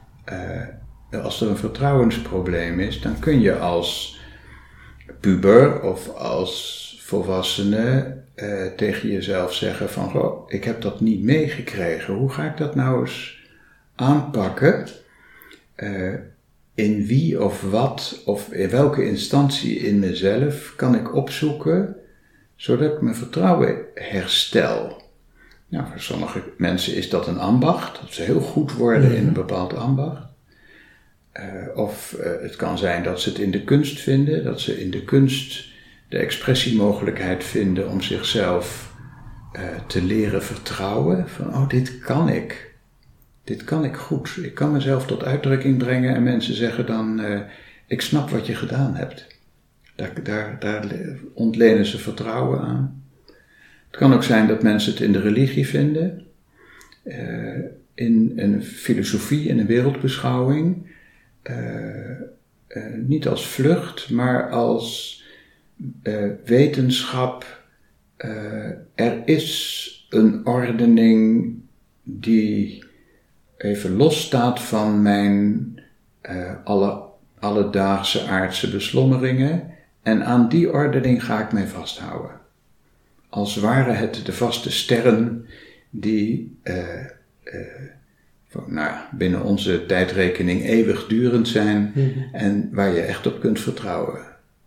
Uh, als er een vertrouwensprobleem is, dan kun je als puber of als volwassene uh, tegen jezelf zeggen van, goh, ik heb dat niet meegekregen. Hoe ga ik dat nou eens aanpakken? Uh, in wie of wat of in welke instantie in mezelf kan ik opzoeken, zodat ik mijn vertrouwen herstel. Nou, voor sommige mensen is dat een ambacht, dat ze heel goed worden mm-hmm. in een bepaald ambacht. Uh, of uh, het kan zijn dat ze het in de kunst vinden, dat ze in de kunst de expressiemogelijkheid vinden om zichzelf uh, te leren vertrouwen. Van, oh, dit kan ik. Dit kan ik goed. Ik kan mezelf tot uitdrukking brengen en mensen zeggen dan, uh, ik snap wat je gedaan hebt. Daar, daar, daar ontlenen ze vertrouwen aan. Het kan ook zijn dat mensen het in de religie vinden, uh, in een filosofie, in een wereldbeschouwing. Uh, uh, niet als vlucht, maar als uh, wetenschap. Uh, er is een ordening die even los staat van mijn uh, alle, alledaagse aardse beslommeringen. En aan die ordening ga ik mij vasthouden. Als waren het de vaste sterren die uh, uh, van, nou, binnen onze tijdrekening eeuwigdurend zijn mm-hmm. en waar je echt op kunt vertrouwen.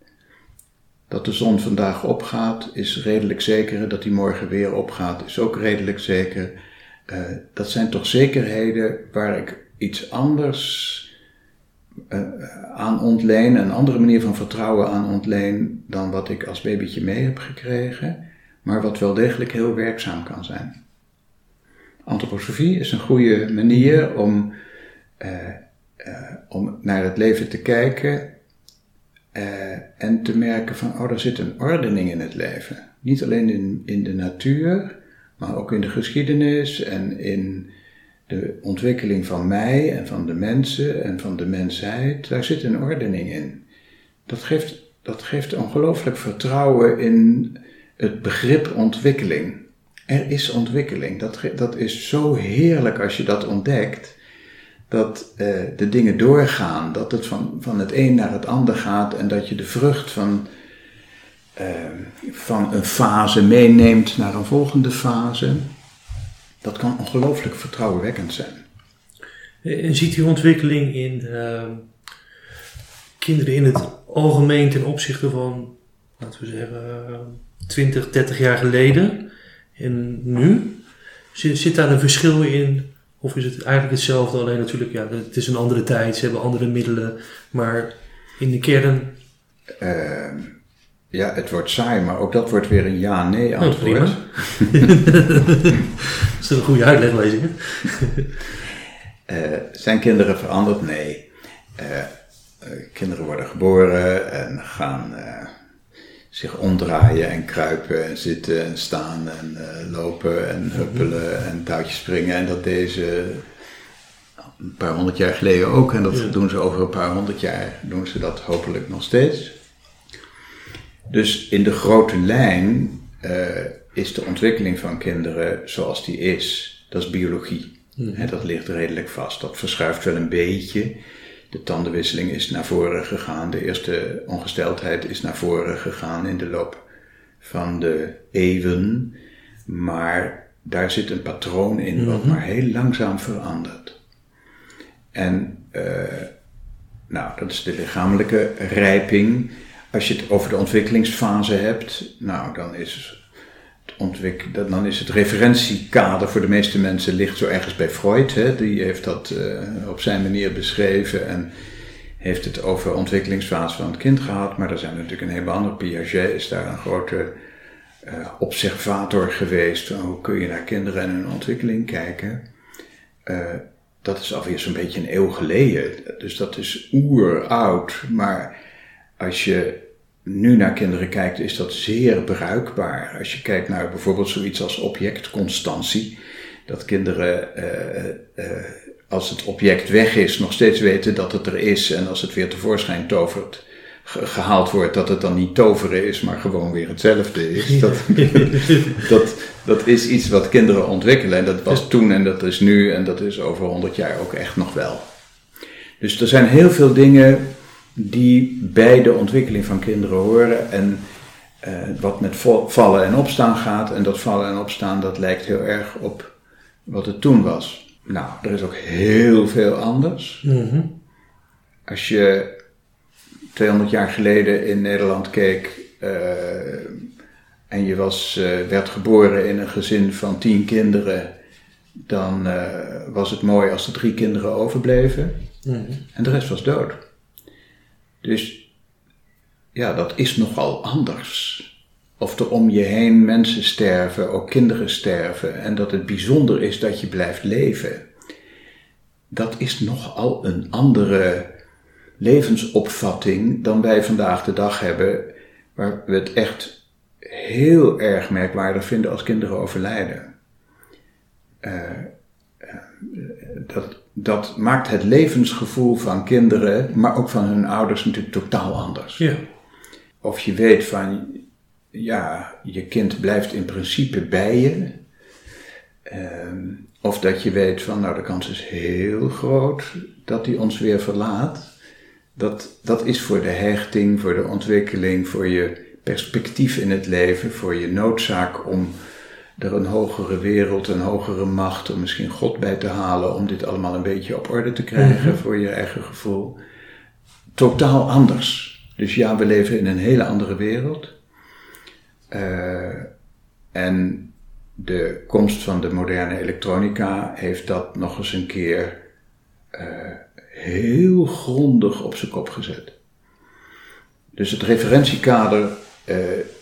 Dat de zon vandaag opgaat is redelijk zeker, dat die morgen weer opgaat is ook redelijk zeker. Uh, dat zijn toch zekerheden waar ik iets anders uh, aan ontleen, een andere manier van vertrouwen aan ontleen dan wat ik als babytje mee heb gekregen, maar wat wel degelijk heel werkzaam kan zijn. Antroposofie is een goede manier om, uh, uh, om naar het leven te kijken uh, en te merken van, oh, er zit een ordening in het leven. Niet alleen in, in de natuur, maar ook in de geschiedenis en in de ontwikkeling van mij en van de mensen en van de mensheid. Daar zit een ordening in. Dat geeft, dat geeft ongelooflijk vertrouwen in het begrip ontwikkeling. Er is ontwikkeling. Dat, dat is zo heerlijk als je dat ontdekt. Dat uh, de dingen doorgaan. Dat het van, van het een naar het ander gaat. En dat je de vrucht van, uh, van een fase meeneemt naar een volgende fase. Dat kan ongelooflijk vertrouwenwekkend zijn. En ziet u ontwikkeling in uh, kinderen in het algemeen ten opzichte van, laten we zeggen, uh, twintig, dertig jaar geleden? En nu? Zit, zit daar een verschil in? Of is het eigenlijk hetzelfde? Alleen natuurlijk, ja, het is een andere tijd, ze hebben andere middelen. Maar in de kern... Uh, ja, het wordt saai, maar ook dat wordt weer een ja-nee antwoord. Oh, dat is een goede uitleg, lees ik. uh, zijn kinderen veranderd? Nee. Uh, uh, kinderen worden geboren en gaan... Uh, zich omdraaien en kruipen en zitten en staan en uh, lopen en huppelen en touwtjes springen. En dat deden ze een paar honderd jaar geleden ook. En dat ja. doen ze over een paar honderd jaar, doen ze dat hopelijk nog steeds. Dus in de grote lijn uh, is de ontwikkeling van kinderen zoals die is. Dat is biologie. Ja. He, dat ligt redelijk vast. Dat verschuift wel een beetje. De tandenwisseling is naar voren gegaan. De eerste ongesteldheid is naar voren gegaan in de loop van de eeuwen. Maar daar zit een patroon in mm-hmm. wat maar heel langzaam verandert. En uh, nou, dat is de lichamelijke rijping. Als je het over de ontwikkelingsfase hebt, nou, dan is het, ontwik- dan is het referentiekader voor de meeste mensen ligt zo ergens bij Freud. Hè? Die heeft dat uh, op zijn manier beschreven en heeft het over ontwikkelingsfase van het kind gehad. Maar er zijn natuurlijk een heleboel andere. Piaget is daar een grote uh, observator geweest. Hoe kun je naar kinderen en hun ontwikkeling kijken? Uh, dat is alweer zo'n beetje een eeuw geleden. Dus dat is oeroud. Maar als je nu naar kinderen kijkt, is dat zeer bruikbaar. Als je kijkt naar bijvoorbeeld zoiets als objectconstantie. Dat kinderen, uh, uh, als het object weg is, nog steeds weten dat het er is. En als het weer tevoorschijn tovert, ge- gehaald wordt, dat het dan niet toveren is, maar gewoon weer hetzelfde is. Dat, dat, dat is iets wat kinderen ontwikkelen en dat was toen en dat is nu en dat is over honderd jaar ook echt nog wel. Dus er zijn heel veel dingen die bij de ontwikkeling van kinderen horen en uh, wat met vo- vallen en opstaan gaat. En dat vallen en opstaan, dat lijkt heel erg op wat het toen was. Nou, er is ook heel veel anders. Mm-hmm. Als je tweehonderd jaar geleden in Nederland keek uh, en je was, uh, werd geboren in een gezin van tien kinderen, dan uh, was het mooi als er drie kinderen overbleven. Mm-hmm. En de rest was dood. Dus ja, dat is nogal anders. Of er om je heen mensen sterven, ook kinderen sterven. En dat het bijzonder is dat je blijft leven. Dat is nogal een andere levensopvatting dan wij vandaag de dag hebben. Waar we het echt heel erg merkwaardig vinden als kinderen overlijden. Uh, dat... Dat maakt het levensgevoel van kinderen, maar ook van hun ouders natuurlijk totaal anders. Ja. Of je weet van, ja, je kind blijft in principe bij je. Um, of dat je weet van, nou de kans is heel groot dat hij ons weer verlaat. Dat, dat is voor de hechting, voor de ontwikkeling, voor je perspectief in het leven, voor je noodzaak om er een hogere wereld, een hogere macht, om misschien God bij te halen, om dit allemaal een beetje op orde te krijgen mm-hmm. voor je eigen gevoel. Totaal anders. Dus ja, we leven in een hele andere wereld. Uh, en de komst van de moderne elektronica heeft dat nog eens een keer uh, heel grondig op zijn kop gezet. Dus het referentiekader uh,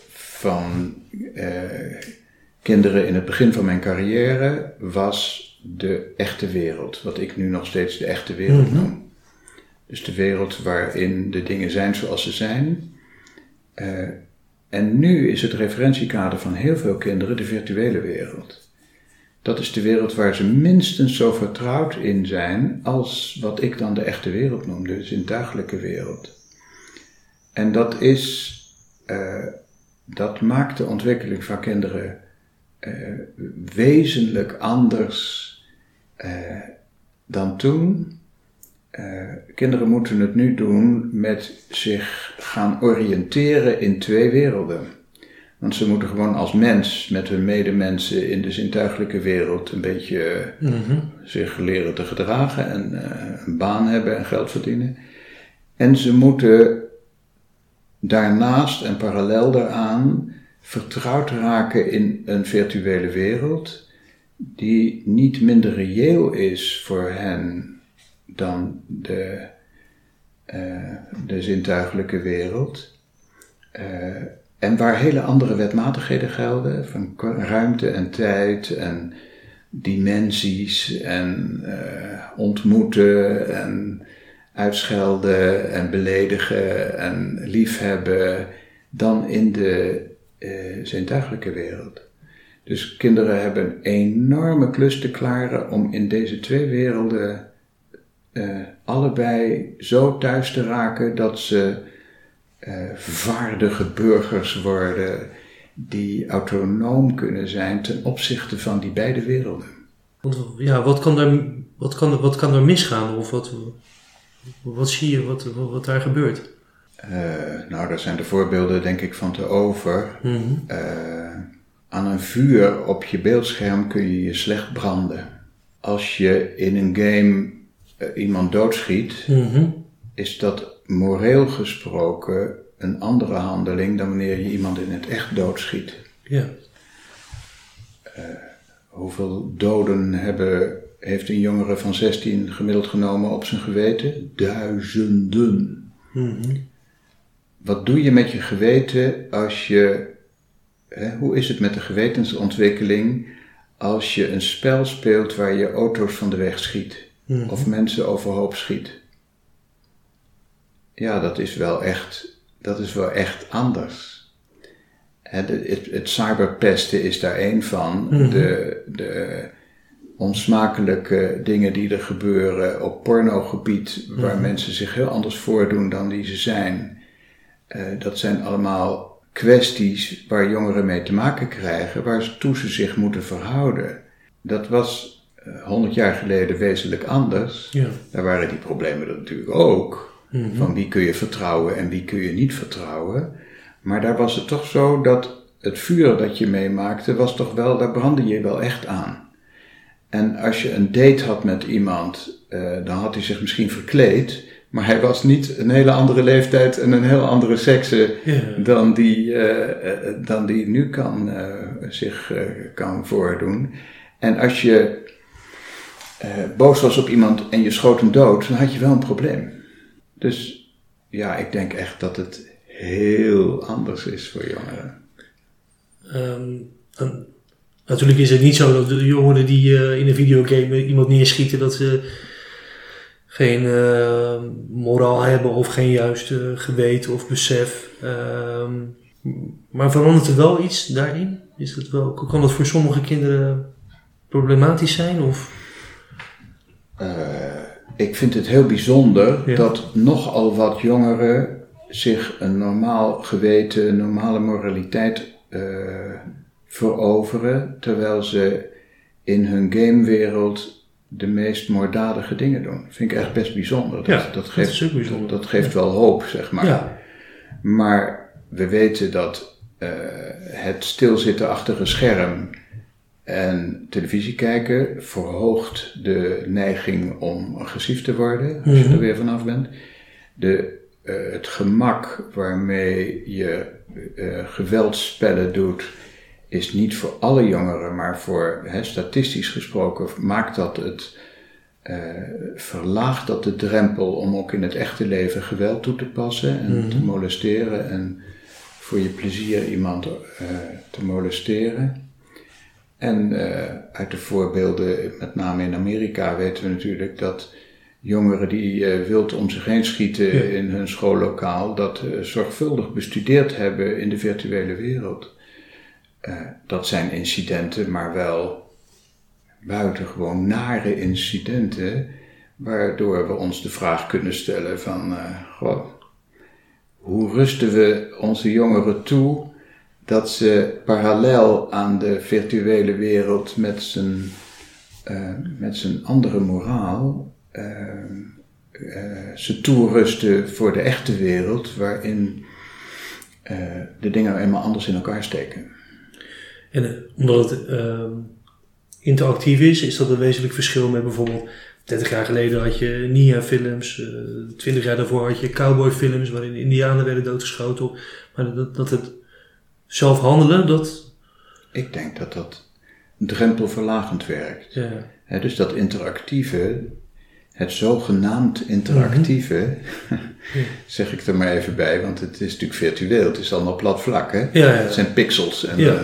van uh, kinderen in het begin van mijn carrière was de echte wereld, wat ik nu nog steeds de echte wereld noem. Mm-hmm. Dus de wereld waarin de dingen zijn zoals ze zijn. Uh, en nu is het referentiekader van heel veel kinderen de virtuele wereld. Dat is de wereld waar ze minstens zo vertrouwd in zijn als wat ik dan de echte wereld noem, de zintuigelijke wereld. En dat is, uh, dat maakt de ontwikkeling van kinderen uh, wezenlijk anders uh, dan toen. Uh, kinderen moeten het nu doen met zich gaan oriënteren in twee werelden. Want ze moeten gewoon als mens met hun medemensen in de zintuiglijke wereld een beetje mm-hmm. zich leren te gedragen en uh, een baan hebben en geld verdienen. En ze moeten daarnaast en parallel daaraan vertrouwd raken in een virtuele wereld die niet minder reëel is voor hen dan de, uh, de zintuiglijke wereld. Uh, en waar hele andere wetmatigheden gelden, van ruimte en tijd en dimensies en uh, ontmoeten en uitschelden en beledigen en liefhebben dan in de uh, zintuiglijke wereld. Dus kinderen hebben een enorme klus te klaren om in deze twee werelden Uh, allebei zo thuis te raken dat ze uh, vaardige burgers worden die autonoom kunnen zijn ten opzichte van die beide werelden. Want, ja, wat kan er, wat kan, wat kan er misgaan of wat, wat zie je wat, wat daar gebeurt? Uh, nou, daar zijn de voorbeelden denk ik van te over. Mm-hmm. Uh, aan een vuur op je beeldscherm kun je je slecht branden. Als je in een game iemand doodschiet, mm-hmm. is dat moreel gesproken een andere handeling dan wanneer je iemand in het echt doodschiet. Ja. Uh, hoeveel doden hebben, heeft een jongere van zestien gemiddeld genomen op zijn geweten? Duizenden. Mm-hmm. Wat doe je met je geweten als je, hè, hoe is het met de gewetensontwikkeling als je een spel speelt waar je auto's van de weg schiet? Mm-hmm. Of mensen overhoop schiet. Ja, dat is wel echt, dat is wel echt anders. Het, het, het cyberpesten is daar één van. Mm-hmm. De, de onsmakelijke dingen die er gebeuren op pornogebied, waar mm-hmm. mensen zich heel anders voordoen dan die ze zijn. uh, dat zijn allemaal kwesties waar jongeren mee te maken krijgen, waartoe ze zich moeten verhouden. Dat was honderd uh, jaar geleden wezenlijk anders. Ja. Daar waren die problemen er natuurlijk ook. Mm-hmm. Van wie kun je vertrouwen en wie kun je niet vertrouwen. Maar daar was het toch zo dat het vuur dat je meemaakte, was toch wel, daar brandde je wel echt aan. En als je een date had met iemand, uh, dan had hij zich misschien verkleed, maar hij was niet een hele andere leeftijd en een heel andere sekse yeah. dan, die, uh, uh, dan die nu kan, uh, zich uh, kan voordoen. En als je uh, boos was op iemand en je schoot hem dood, dan had je wel een probleem. Dus ja, ik denk echt dat het heel anders is voor jongeren. Um, um, natuurlijk is het niet zo dat de jongeren die uh, in een videogame iemand neerschieten, dat ze geen uh, moraal hebben of geen juist uh, geweten of besef. Um, maar verandert er wel iets daarin? Is dat wel, kan dat voor sommige kinderen problematisch zijn? Of? Uh, ik vind het heel bijzonder ja. dat nogal wat jongeren zich een normaal geweten, een normale moraliteit uh, veroveren, terwijl ze in hun gamewereld de meest moorddadige dingen doen. Dat vind ik echt best bijzonder. Dat, ja, dat geeft, dat, bijzonder. dat, dat geeft ja. wel hoop, zeg maar. Ja. Maar we weten dat uh, het stilzitten achter een scherm en televisie kijken verhoogt de neiging om agressief te worden, als mm-hmm. je er weer vanaf bent. De, uh, het gemak waarmee je uh, geweldsspellen doet, is niet voor alle jongeren, maar voor, hè, statistisch gesproken, maakt dat het, uh, verlaagt dat de drempel om ook in het echte leven geweld toe te passen en mm-hmm. te molesteren en voor je plezier iemand uh, te molesteren. En uh, uit de voorbeelden, met name in Amerika, weten we natuurlijk dat jongeren die uh, wild om zich heen schieten ja. in hun schoollokaal, dat uh, zorgvuldig bestudeerd hebben in de virtuele wereld. Uh, dat zijn incidenten, maar wel buitengewoon nare incidenten, waardoor we ons de vraag kunnen stellen van, uh, goh, hoe rusten we onze jongeren toe dat ze parallel aan de virtuele wereld met zijn, uh, met zijn andere moraal uh, uh, ze toerusten voor de echte wereld, waarin uh, de dingen eenmaal anders in elkaar steken. En uh, omdat het uh, interactief is, is dat een wezenlijk verschil met bijvoorbeeld dertig jaar geleden had je Nia-films, uh, twintig jaar daarvoor had je cowboy-films waarin Indianen werden doodgeschoten. Maar dat, dat het zelf handelen, dat... Ik denk dat dat drempelverlagend werkt. Ja. He, dus dat interactieve, het zogenaamd interactieve, mm-hmm. zeg ik er maar even bij, want het is natuurlijk virtueel, het is allemaal plat vlak, hè? Ja, ja, ja. Het zijn pixels en ja. uh,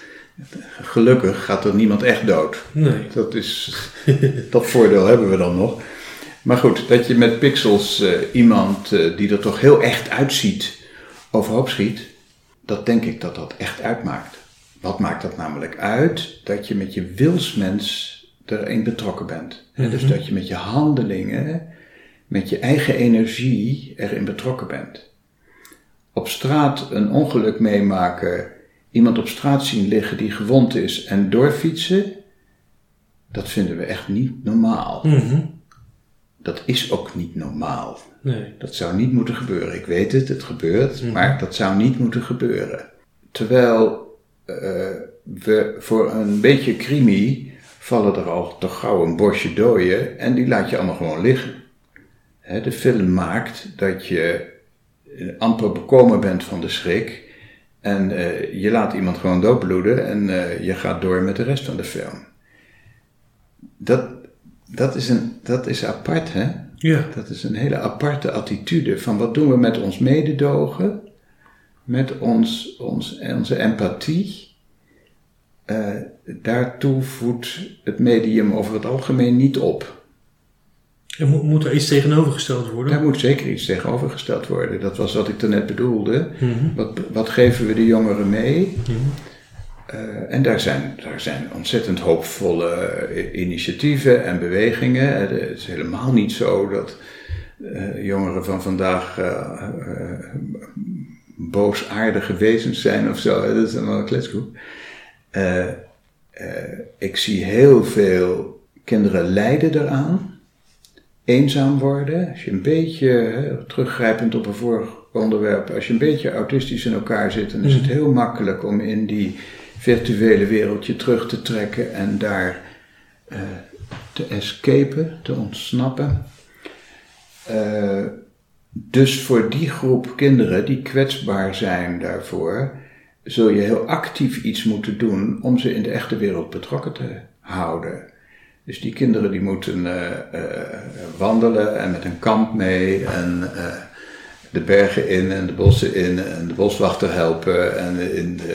gelukkig gaat er niemand echt dood. Nee. Dat is, dat voordeel hebben we dan nog. Maar goed, dat je met pixels uh, iemand uh, die er toch heel echt uitziet overhoop schiet, dat denk ik dat dat echt uitmaakt. Wat maakt dat namelijk uit? Dat je met je wilsmens erin betrokken bent. Mm-hmm. Dus dat je met je handelingen, met je eigen energie erin betrokken bent. Op straat een ongeluk meemaken, iemand op straat zien liggen die gewond is en doorfietsen, dat vinden we echt niet normaal. Mm-hmm. Dat is ook niet normaal. Nee. Dat zou niet moeten gebeuren. Ik weet het, het gebeurt, mm-hmm. maar dat zou niet moeten gebeuren. Terwijl uh, we voor een beetje crimi vallen er al toch gauw een bosje dooien en die laat je allemaal gewoon liggen. He, de film maakt dat je amper bekomen bent van de schrik en uh, je laat iemand gewoon doodbloeden en uh, je gaat door met de rest van de film. Dat, dat, is, een, dat is apart, hè? Ja. Dat is een hele aparte attitude van wat doen we met ons mededogen, met ons, ons, onze empathie. Uh, daartoe voedt het medium over het algemeen niet op. En mo- moet er iets tegenovergesteld worden? Daar moet zeker iets tegenovergesteld worden. Dat was wat ik daarnet bedoelde. Mm-hmm. Wat, wat geven we de jongeren mee? Mm-hmm. Uh, en daar zijn, daar zijn ontzettend hoopvolle initiatieven en bewegingen. Het is helemaal niet zo dat uh, jongeren van vandaag uh, uh, boosaardige wezens zijn of zo. Dat is allemaal een kletskoek. Uh, uh, ik zie heel veel kinderen lijden eraan. Eenzaam worden. Als je een beetje, hè, teruggrijpend op een vorig onderwerp, als je een beetje autistisch in elkaar zit, dan is het heel makkelijk om in die virtuele wereldje terug te trekken en daar uh, te escapen, te ontsnappen. Uh, dus voor die groep kinderen die kwetsbaar zijn daarvoor, zul je heel actief iets moeten doen om ze in de echte wereld betrokken te houden. Dus die kinderen die moeten uh, uh, wandelen en met een kamp mee en uh, de bergen in en de bossen in en de boswachter helpen en in de,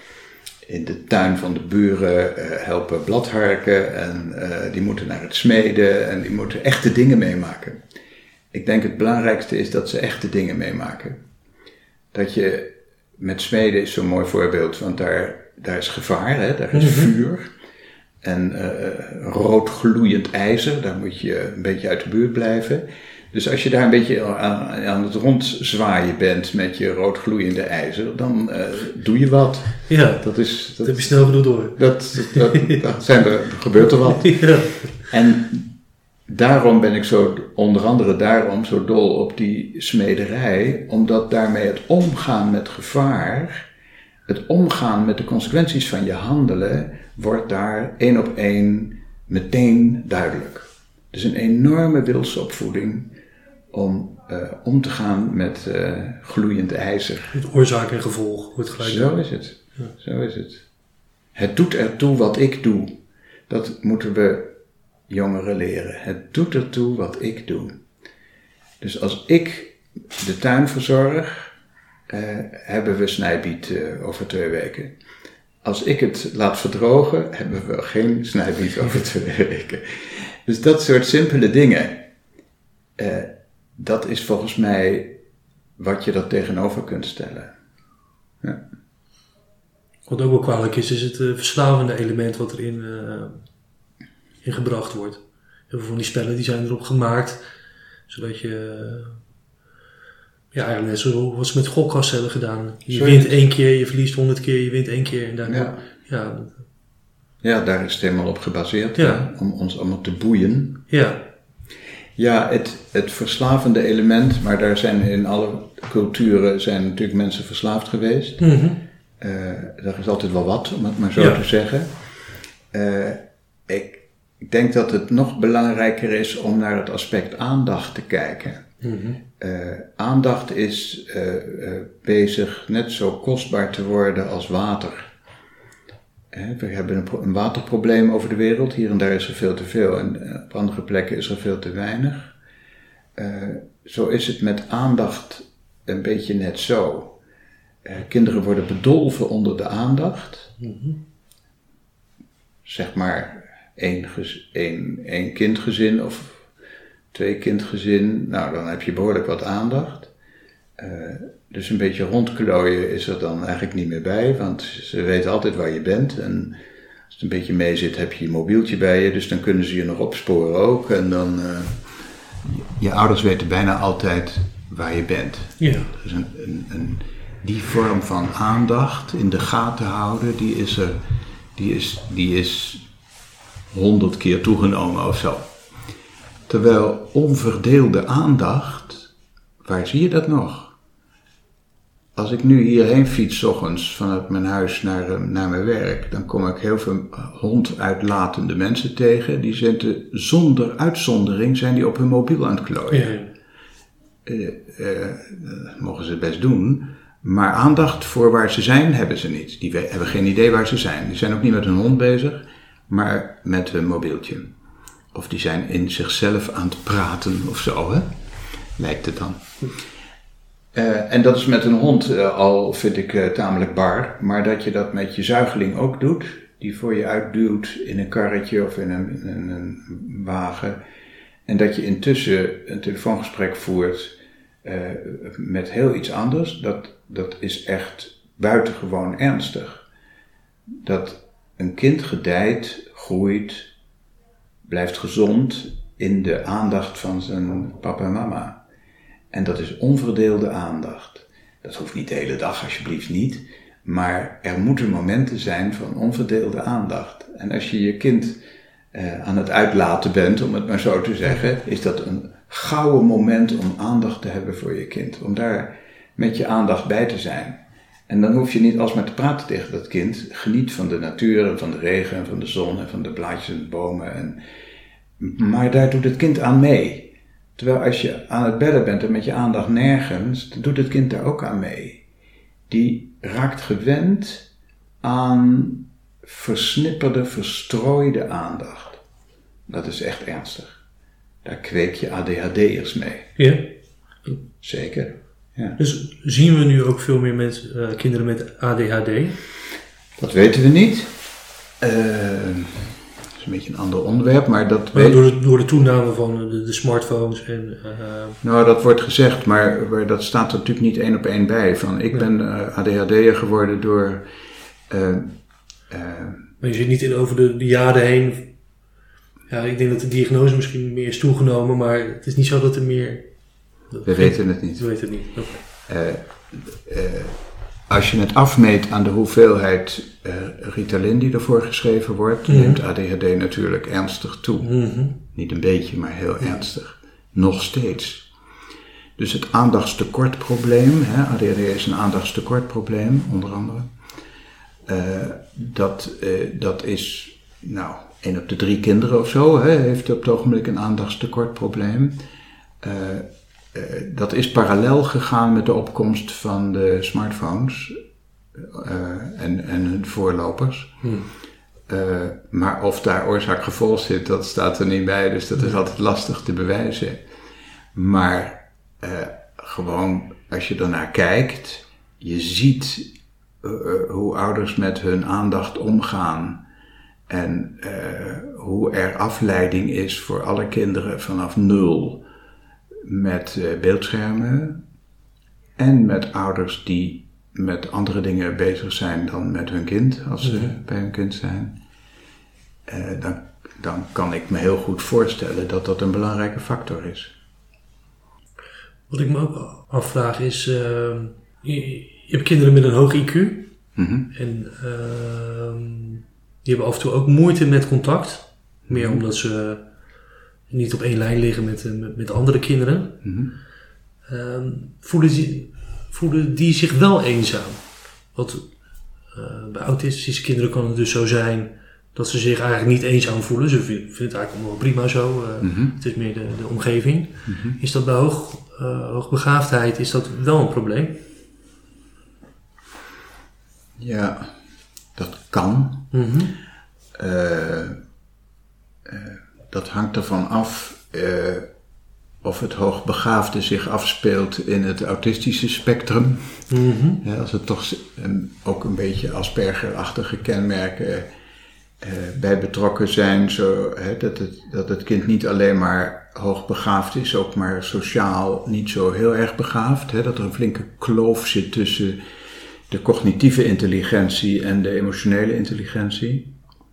in de tuin van de buren uh, helpen bladharken en uh, die moeten naar het smeden en die moeten echte dingen meemaken. Ik denk het belangrijkste is dat ze echte dingen meemaken. Dat je, met smeden is zo'n mooi voorbeeld, want daar, daar is gevaar, hè? Daar is mm-hmm. vuur. En uh, rood gloeiend ijzer, daar moet je een beetje uit de buurt blijven. Dus als je daar een beetje aan, aan het rondzwaaien bent met je rood gloeiende ijzer, dan uh, doe je wat. Ja, dat, is, dat, dat heb je snel genoeg door. Dat, dat, dat zijn er, gebeurt er wat. Ja. En daarom ben ik zo, onder andere daarom, zo dol op die smederij, omdat daarmee het omgaan met gevaar, het omgaan met de consequenties van je handelen, wordt daar één op één meteen duidelijk. Dus een enorme wilsopvoeding om uh, om te gaan met uh, gloeiend ijzer. Met oorzaak en gevolg wordt gelijk. Zo is het. Ja. Zo is het. Het doet ertoe wat ik doe. Dat moeten we jongeren leren. Het doet ertoe wat ik doe. Dus als ik de tuin verzorg, uh, hebben we snijbiet uh, over twee weken. Als ik het laat verdrogen, hebben we geen snijbiet over twee weken. Dus dat soort simpele dingen, uh, dat is volgens mij wat je er tegenover kunt stellen. Ja. Wat ook wel kwalijk is, is het uh, verslavende element wat erin uh, in gebracht wordt. Heel veel van die spellen die zijn erop gemaakt, zodat je, uh, ja eigenlijk net zoals ze met gokkassen hebben gedaan. Je Sorry. wint één keer, je verliest honderd keer, je wint één keer. En dan, ja. Ja, dat, ja, daar is het helemaal op gebaseerd, ja. hè, om ons allemaal te boeien. Ja. Ja, het, het verslavende element, maar daar zijn in alle culturen zijn natuurlijk mensen verslaafd geweest. Mm-hmm. Uh, er is altijd wel wat, om het maar zo ja. te zeggen. Uh, ik, ik denk dat het nog belangrijker is om naar het aspect aandacht te kijken. Mm-hmm. Uh, aandacht is uh, uh, bezig net zo kostbaar te worden als water. Uh, we hebben een, pro- een waterprobleem over de wereld. Hier en daar is er veel te veel en uh, op andere plekken is er veel te weinig. Uh, zo is het met aandacht een beetje net zo. Uh, kinderen worden bedolven onder de aandacht. Mm-hmm. Zeg maar één, gez- één, één kindgezin of twee kindgezin. Nou, dan heb je behoorlijk wat aandacht. Uh, dus een beetje rondklooien is er dan eigenlijk niet meer bij. Want ze weten altijd waar je bent. En als het een beetje mee zit, heb je je mobieltje bij je. Dus dan kunnen ze je nog opsporen ook. En dan... Uh, je ouders weten bijna altijd waar je bent. Ja. Dus een, een, een, die vorm van aandacht in de gaten houden, die is er, die is, die is honderd keer toegenomen of zo. Terwijl onverdeelde aandacht, waar zie je dat nog? Als ik nu hierheen fiets 's ochtends vanuit mijn huis naar, naar mijn werk, dan kom ik heel veel honduitlatende mensen tegen. Die zitten zonder uitzondering, zijn die op hun mobiel aan het klooien. Ja. Uh, uh, dat mogen ze best doen, maar aandacht voor waar ze zijn hebben ze niet. Die we- hebben geen idee waar ze zijn. Die zijn ook niet met hun hond bezig, maar met hun mobieltje. Of die zijn in zichzelf aan het praten of zo, hè? Lijkt het dan. Uh, en dat is met een hond uh, al, vind ik, uh, tamelijk bar. Maar dat je dat met je zuigeling ook doet, die voor je uitduwt in een karretje of in een, in een wagen. En dat je intussen een telefoongesprek voert uh, met heel iets anders, dat, dat is echt buitengewoon ernstig. Dat een kind gedijt, groeit, blijft gezond in de aandacht van zijn papa en mama. En dat is onverdeelde aandacht. Dat hoeft niet de hele dag, alsjeblieft niet. Maar er moeten momenten zijn van onverdeelde aandacht. En als je je kind uh, aan het uitlaten bent, om het maar zo te zeggen, is dat een gouden moment om aandacht te hebben voor je kind. Om daar met je aandacht bij te zijn. En dan hoef je niet alsmaar te praten tegen dat kind. Geniet van de natuur en van de regen en van de zon en van de blaadjes en de bomen. En, maar daar doet het kind aan mee. Terwijl als je aan het bedden bent en met je aandacht nergens, dan doet het kind daar ook aan mee. Die raakt gewend aan versnipperde, verstrooide aandacht. Dat is echt ernstig. Daar kweek je A D H D'ers mee. Ja? Zeker. Ja. Dus zien we nu ook veel meer met, uh, kinderen met A D H D? Dat weten we niet. Uh, dat is een beetje een ander onderwerp, maar dat maar weet... door, de, door de toename van de, de smartphones en... Uh... Nou, dat wordt gezegd, maar, maar dat staat er natuurlijk niet één op één bij. Van, ik ja. ben uh, A D H D'er geworden door... Uh, uh, maar je zit niet in over de, de jaren heen... Ja, ik denk dat de diagnose misschien meer is toegenomen, maar het is niet zo dat er meer... We weten het niet. We weten het niet, oké. Okay. Uh, uh, als je het afmeet aan de hoeveelheid uh, Ritalin die ervoor geschreven wordt, mm-hmm. neemt A D H D natuurlijk ernstig toe. Mm-hmm. Niet een beetje, maar heel mm-hmm. ernstig. Nog steeds. Dus het aandachtstekortprobleem, hè, A D H D is een aandachtstekortprobleem, onder andere. Uh, dat, uh, dat is, nou, één op de drie kinderen of zo, hè, heeft op het ogenblik een aandachtstekortprobleem. Uh, Uh, dat is parallel gegaan met de opkomst van de smartphones uh, en, en hun voorlopers. Hmm. Uh, maar of daar oorzaak-gevolg zit, dat staat er niet bij, dus dat is altijd lastig te bewijzen. Maar uh, gewoon, als je ernaar kijkt, je ziet uh, hoe ouders met hun aandacht omgaan en uh, hoe er afleiding is voor alle kinderen vanaf nul. Met uh, beeldschermen en met ouders die met andere dingen bezig zijn dan met hun kind, als ze mm-hmm. bij hun kind zijn. Uh, dan, dan kan ik me heel goed voorstellen dat dat een belangrijke factor is. Wat ik me ook afvraag is, uh, je, je hebt kinderen met een hoog I Q mm-hmm. en uh, die hebben af en toe ook moeite met contact, meer mm-hmm. omdat ze... niet op één lijn liggen met, met, met andere kinderen. Mm-hmm. Uh, voelen, die, voelen die zich wel eenzaam? Want uh, bij autistische kinderen kan het dus zo zijn dat ze zich eigenlijk niet eenzaam voelen. Ze vinden het eigenlijk allemaal prima zo. Uh, mm-hmm. Het is meer de, de omgeving. Mm-hmm. Is dat bij hoog, uh, hoogbegaafdheid is dat wel een probleem? Ja, dat kan. Mm-hmm. Uh, uh, Dat hangt ervan af uh, of het hoogbegaafde zich afspeelt in het autistische spectrum. Mm-hmm. Ja, als er toch um, ook een beetje Asperger-achtige kenmerken uh, bij betrokken zijn. Zo, hè, dat, het, dat het kind niet alleen maar hoogbegaafd is, ook maar sociaal niet zo heel erg begaafd. Hè, dat er een flinke kloof zit tussen de cognitieve intelligentie en de emotionele intelligentie.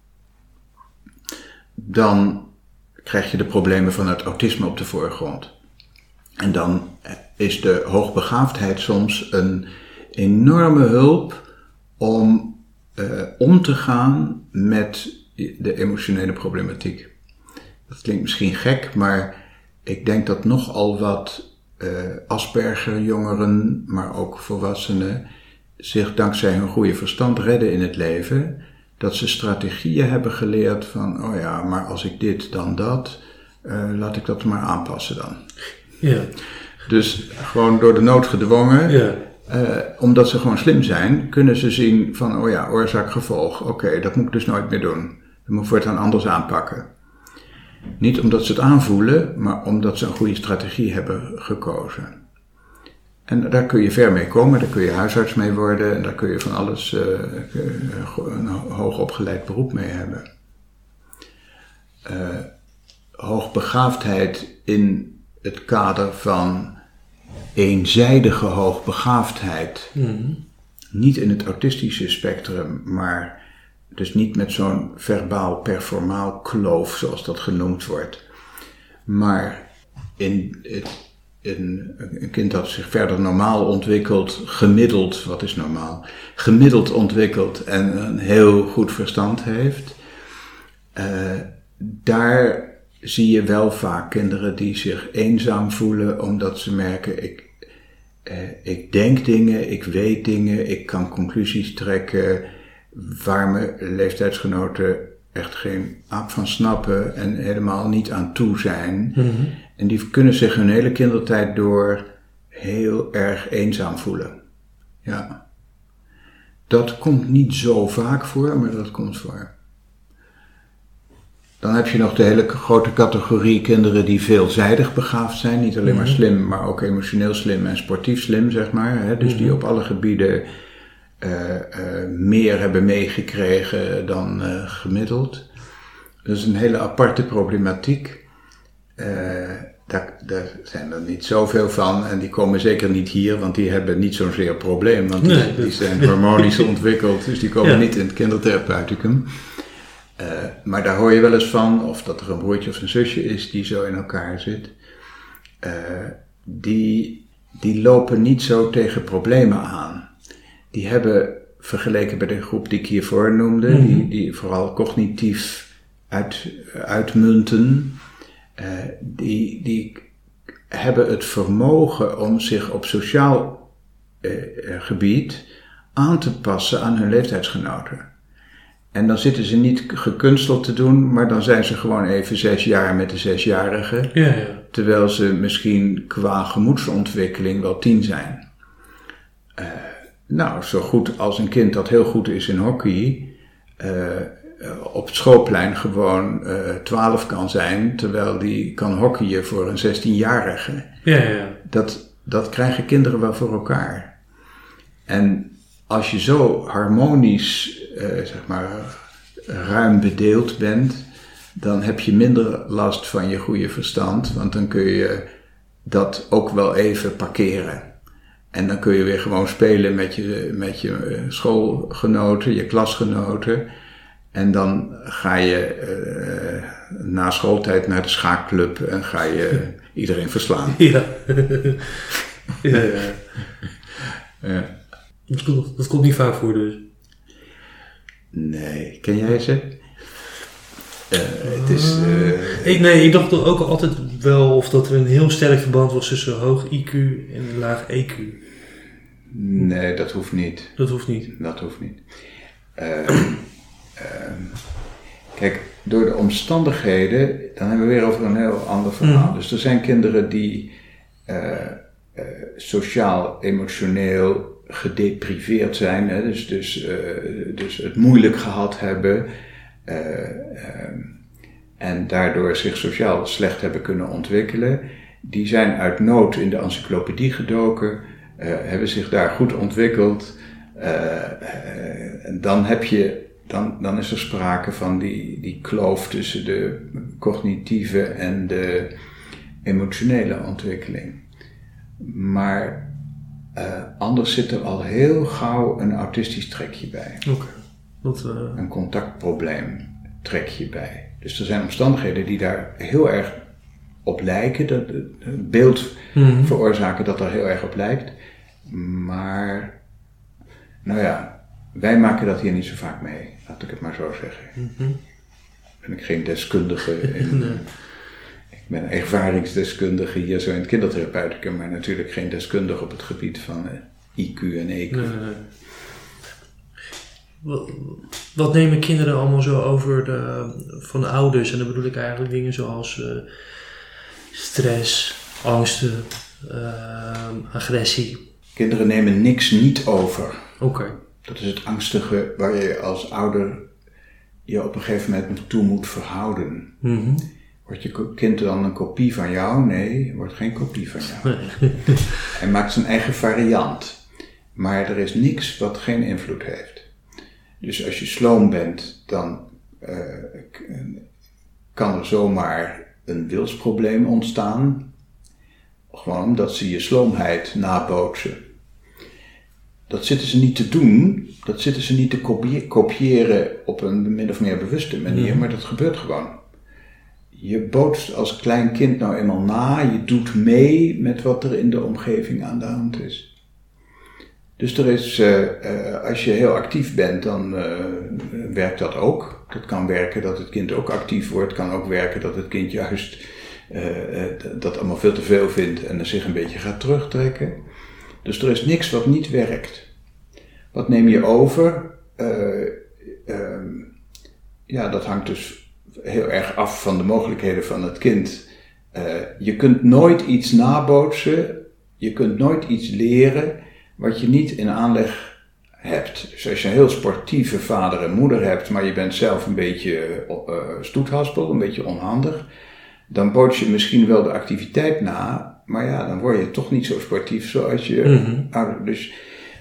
Dan krijg je de problemen van het autisme op de voorgrond. En dan is de hoogbegaafdheid soms een enorme hulp om uh, om te gaan met de emotionele problematiek. Dat klinkt misschien gek, maar ik denk dat nogal wat uh, Asperger-jongeren, maar ook volwassenen, zich dankzij hun goede verstand redden in het leven. Dat ze strategieën hebben geleerd van, oh ja, maar als ik dit, dan dat, uh, laat ik dat maar aanpassen dan. Ja. Dus gewoon door de nood gedwongen, ja. uh, omdat ze gewoon slim zijn, kunnen ze zien van, oh ja, oorzaak-gevolg, oké, okay, dat moet ik dus nooit meer doen. Dat moet ik voortaan anders aanpakken. Niet omdat ze het aanvoelen, maar omdat ze een goede strategie hebben gekozen. En daar kun je ver mee komen, daar kun je huisarts mee worden en daar kun je van alles uh, een hoogopgeleid beroep mee hebben. Uh, hoogbegaafdheid in het kader van eenzijdige hoogbegaafdheid, mm-hmm. niet in het autistische spectrum, maar dus niet met zo'n verbaal-performaal kloof zoals dat genoemd wordt, maar in het een, een kind dat zich verder normaal ontwikkelt, gemiddeld, wat is normaal? Gemiddeld ontwikkelt en een heel goed verstand heeft. Uh, daar zie je wel vaak kinderen die zich eenzaam voelen omdat ze merken, ik, uh, ik denk dingen, ik weet dingen, ik kan conclusies trekken waar mijn leeftijdsgenoten echt geen aap van snappen en helemaal niet aan toe zijn. Mm-hmm. En die kunnen zich hun hele kindertijd door heel erg eenzaam voelen. Ja. Dat komt niet zo vaak voor, maar dat komt voor. Dan heb je nog de hele grote categorie kinderen die veelzijdig begaafd zijn. Niet alleen maar slim, maar ook emotioneel slim en sportief slim, zeg maar. Hè? Dus die op alle gebieden uh, uh, meer hebben meegekregen dan uh, gemiddeld. Dat is een hele aparte problematiek. Uh, daar, daar zijn er niet zoveel van en die komen zeker niet hier, want die hebben niet zo'n zeer probleem. Want die, nee, die zijn hormonisch ontwikkeld, dus die komen ja. niet in het kindertherapeuticum. Uh, maar daar hoor je wel eens van, of dat er een broertje of een zusje is die zo in elkaar zit. Uh, die, die lopen niet zo tegen problemen aan. Die hebben, vergeleken bij de groep die ik hiervoor noemde, mm-hmm. die, die vooral cognitief uit, uitmunten, uh, die, die hebben het vermogen om zich op sociaal uh, gebied aan te passen aan hun leeftijdsgenoten. En dan zitten ze niet gekunsteld te doen, maar dan zijn ze gewoon even zes jaar met de zesjarige. Ja, ja. Terwijl ze misschien qua gemoedsontwikkeling wel tien zijn. Uh, nou, zo goed als een kind dat heel goed is in hockey, uh, op het schoolplein gewoon uh, twaalf kan zijn, terwijl die kan hockeyen voor een zestienjarige. Ja, ja, ja. Dat, dat krijgen kinderen wel voor elkaar. En als je zo harmonisch, uh, zeg maar, ruim bedeeld bent, dan heb je minder last van je goede verstand, want dan kun je dat ook wel even parkeren. En dan kun je weer gewoon spelen met je, met je schoolgenoten, je klasgenoten. En dan ga je uh, na schooltijd naar de schaakclub en ga je iedereen verslaan. Ja, ja, ja. ja. Dat komt, dat komt niet vaak voor dus. Nee, ken jij ze? Uh, het is, uh, ik, nee, ik dacht ook altijd wel of dat er een heel sterk verband was tussen hoog I Q en laag E Q. Nee, dat hoeft niet. Dat hoeft niet? Dat hoeft niet. Uh, uh, kijk, door de omstandigheden, dan hebben we weer over een heel ander verhaal. Mm. Dus er zijn kinderen die uh, uh, sociaal, emotioneel gedepriveerd zijn, hè, dus, dus, uh, dus het moeilijk gehad hebben uh, uh, en daardoor zich sociaal slecht hebben kunnen ontwikkelen. Die zijn uit nood in de encyclopedie gedoken, uh, hebben zich daar goed ontwikkeld. Uh, uh, dan, heb je, dan, dan is er sprake van die, die kloof tussen de cognitieve en de emotionele ontwikkeling. Maar Uh, anders zit er al heel gauw een autistisch trekje bij. Oké. Okay. Uh... Een contactprobleem trekje bij. Dus er zijn omstandigheden die daar heel erg op lijken. Dat het beeld mm-hmm. veroorzaken dat er heel erg op lijkt. Maar, nou ja, wij maken dat hier niet zo vaak mee. Laat ik het maar zo zeggen. Mm-hmm. Ben ik geen deskundige in... nee. Ik ben ervaringsdeskundige hier zo in het kindertherapeuticum, maar natuurlijk geen deskundige op het gebied van uh, I Q en E Q. Nee, nee. Wat, wat nemen kinderen allemaal zo over de, van de ouders? En dan bedoel ik eigenlijk dingen zoals uh, stress, angsten, uh, agressie. Kinderen nemen niks niet over. Oké. Okay. Dat is het angstige waar je als ouder je op een gegeven moment toe moet verhouden. Mm-hmm. Wordt je kind dan een kopie van jou? Nee, wordt geen kopie van jou. Hij maakt zijn eigen variant. Maar er is niks wat geen invloed heeft. Dus als je sloom bent, dan uh, kan er zomaar een wilsprobleem ontstaan. Gewoon omdat ze je sloomheid nabootsen. Dat zitten ze niet te doen. Dat zitten ze niet te kopiëren op een min of meer bewuste manier. Maar dat gebeurt gewoon. je bootst als klein kind nou eenmaal na, je doet mee met wat er in de omgeving aan de hand is. Dus er is, uh, uh, als je heel actief bent, dan uh, werkt dat ook. Dat kan werken dat het kind ook actief wordt. Het kan ook werken dat het kind juist uh, uh, dat allemaal veel te veel vindt en zich een beetje gaat terugtrekken. Dus er is niks wat niet werkt. Wat neem je over? Uh, uh, ja, dat hangt dus heel erg af van de mogelijkheden van het kind. Uh, je kunt nooit iets nabootsen, je kunt nooit iets leren wat je niet in aanleg hebt. Dus als je een heel sportieve vader en moeder hebt, maar je bent zelf een beetje uh, stoethaspel, een beetje onhandig, dan boots je misschien wel de activiteit na, maar ja, dan word je toch niet zo sportief zoals je mm-hmm. ouder. Dus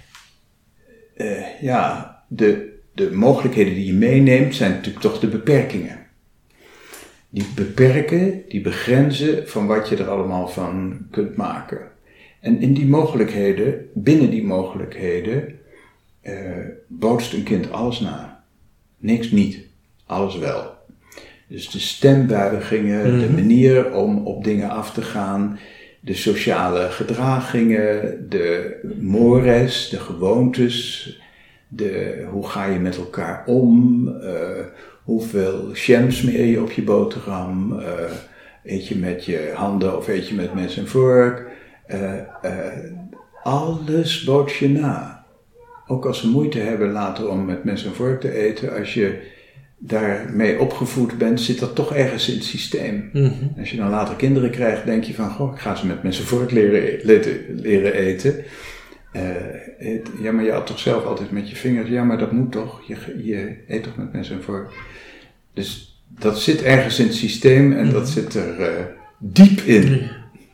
uh, ja, de, de mogelijkheden die je meeneemt zijn natuurlijk toch de beperkingen. Die beperken, die begrenzen van wat je er allemaal van kunt maken. En in die mogelijkheden, binnen die mogelijkheden, uh, bootst een kind alles na. Niks niet, alles wel. Dus de stembuigingen, mm-hmm. de manier om op dingen af te gaan, de sociale gedragingen, de mores, de gewoontes, de, hoe ga je met elkaar om, uh, hoeveel jam smeer je op je boterham, uh, eet je met je handen of eet je met mes en vork. Uh, uh, alles boot je na. Ook als ze moeite hebben later om met mes en vork te eten, als je daarmee opgevoed bent, zit dat toch ergens in het systeem. Mm-hmm. Als je dan later kinderen krijgt, denk je van, goh, ik ga ze met mes en vork leren, leren, leren eten. Uh, het, ja, maar je had toch zelf altijd met je vingers, ja, maar dat moet toch, je, je eet toch met mes en vork. Dus dat zit ergens in het systeem en mm-hmm. dat zit er uh, diep in. Mm-hmm.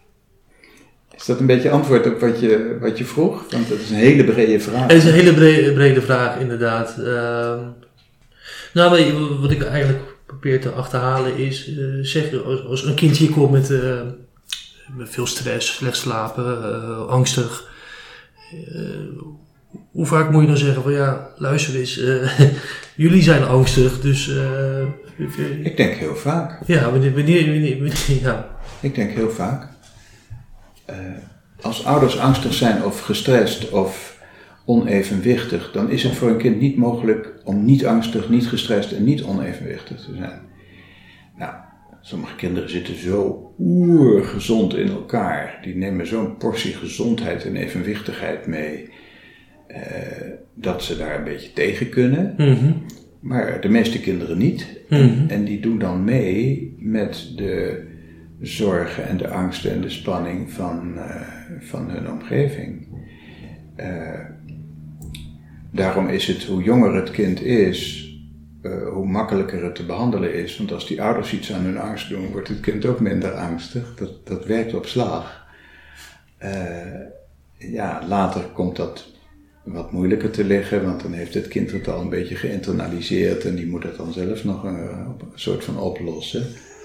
Is dat een beetje antwoord op wat je, wat je vroeg? Want dat is een hele brede vraag. Het is een hele brede, brede vraag, inderdaad. Uh, nou, wat ik eigenlijk probeer te achterhalen is, uh, zeg, als, als een kind hier komt met, uh, met veel stress, slecht slapen, uh, angstig. Uh, hoe vaak moet je dan zeggen van ja, luister eens, uh, jullie zijn angstig, dus... Uh, ik denk heel vaak. Ja, wanneer, wanneer, wanneer, wanneer ja. Ik denk heel vaak. Uh, als ouders angstig zijn of gestrest of onevenwichtig, dan is het voor een kind niet mogelijk om niet angstig, niet gestrest en niet onevenwichtig te zijn. Nou, sommige kinderen zitten zo oergezond in elkaar. Die nemen zo'n portie gezondheid en evenwichtigheid mee, uh, dat ze daar een beetje tegen kunnen. Mm-hmm. Maar de meeste kinderen niet. Mm-hmm. En die doen dan mee met de zorgen en de angsten en de spanning van, uh, van hun omgeving. Uh, daarom is het, hoe jonger het kind is, uh, hoe makkelijker het te behandelen is. Want als die ouders iets aan hun angst doen, wordt het kind ook minder angstig. Dat, dat werkt op slag. Uh, ja, later komt dat wat moeilijker te liggen, want dan heeft het kind het al een beetje geïnternaliseerd en die moet het dan zelf nog een, een soort van oplossen.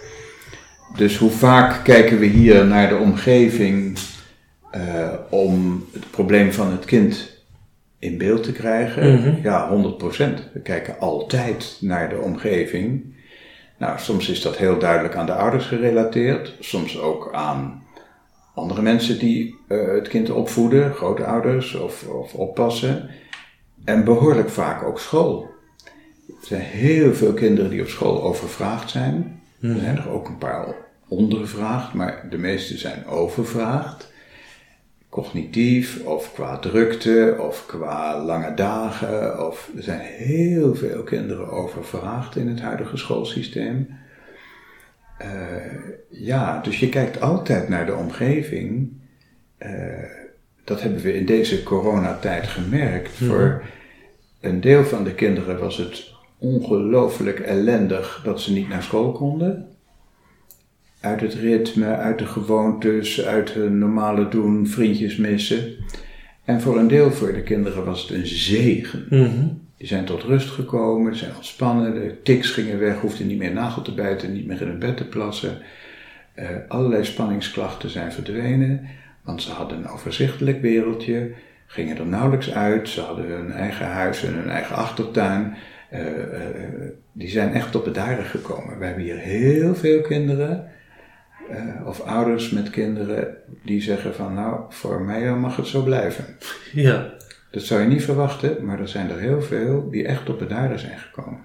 Dus hoe vaak kijken we hier naar de omgeving uh, om het probleem van het kind in beeld te krijgen? Mm-hmm. Ja, honderd procent. We kijken altijd naar de omgeving. Nou, soms is dat heel duidelijk aan de ouders gerelateerd, soms ook aan andere mensen die uh, het kind opvoeden, grootouders of, of oppassen. En behoorlijk vaak ook school. Er zijn heel veel kinderen die op school overvraagd zijn. Hmm. Er zijn er ook een paar ondervraagd, maar de meeste zijn overvraagd. Cognitief of qua drukte of qua lange dagen. Of, er zijn heel veel kinderen overvraagd in het huidige schoolsysteem. Uh, ja, dus je kijkt altijd naar de omgeving. Uh, dat hebben we in deze coronatijd gemerkt. Mm-hmm. Voor een deel van de kinderen was het ongelooflijk ellendig dat ze niet naar school konden. Uit het ritme, uit de gewoontes, uit hun normale doen, vriendjes missen. En voor een deel voor de kinderen was het een zegen. Mm-hmm. Die zijn tot rust gekomen, zijn ontspannen, de tics gingen weg, hoefden niet meer nagel te bijten, niet meer in hun bed te plassen. Uh, allerlei spanningsklachten zijn verdwenen, want ze hadden een overzichtelijk wereldje, gingen er nauwelijks uit, ze hadden hun eigen huis en hun eigen achtertuin uh, uh, die zijn echt op het daren gekomen. We hebben hier heel veel kinderen, uh, of ouders met kinderen, die zeggen van nou, voor mij mag het zo blijven. Ja. Dat zou je niet verwachten, maar er zijn er heel veel die echt op het daren zijn gekomen.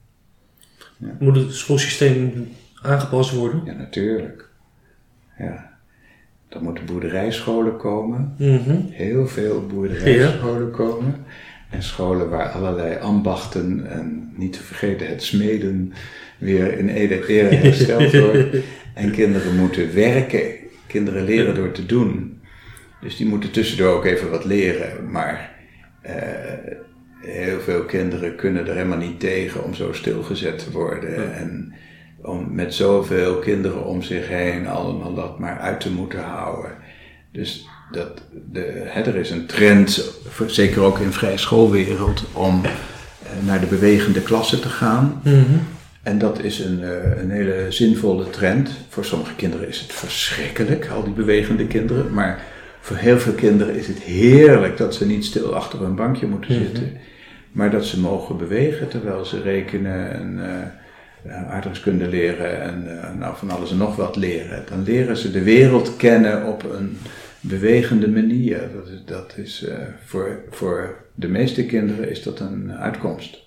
Ja. Moet het schoolsysteem aangepast worden? Ja, natuurlijk. Ja. Er moeten boerderijscholen komen. Mm-hmm. Heel veel boerderijscholen ja. komen. En scholen waar allerlei ambachten en niet te vergeten het smeden weer in ere hersteld wordt. En kinderen moeten werken. Kinderen leren door te doen. Dus die moeten tussendoor ook even wat leren. Maar uh, heel veel kinderen kunnen er helemaal niet tegen om zo stilgezet te worden. Ja. En om met zoveel kinderen om zich heen allemaal dat maar uit te moeten houden. Dus dat, de, hè, er is een trend, zeker ook in vrije schoolwereld, om uh, naar de bewegende klasse te gaan. Mm-hmm. En dat is een, uh, een hele zinvolle trend. Voor sommige kinderen is het verschrikkelijk, al die bewegende kinderen. Maar voor heel veel kinderen is het heerlijk dat ze niet stil achter een bankje moeten mm-hmm. zitten. Maar dat ze mogen bewegen terwijl ze rekenen en uh, aardrijkskunde leren en uh, nou, van alles en nog wat leren. Dan leren ze de wereld kennen op een bewegende manier. Dat is, dat is uh, voor, voor de meeste kinderen is dat een uitkomst.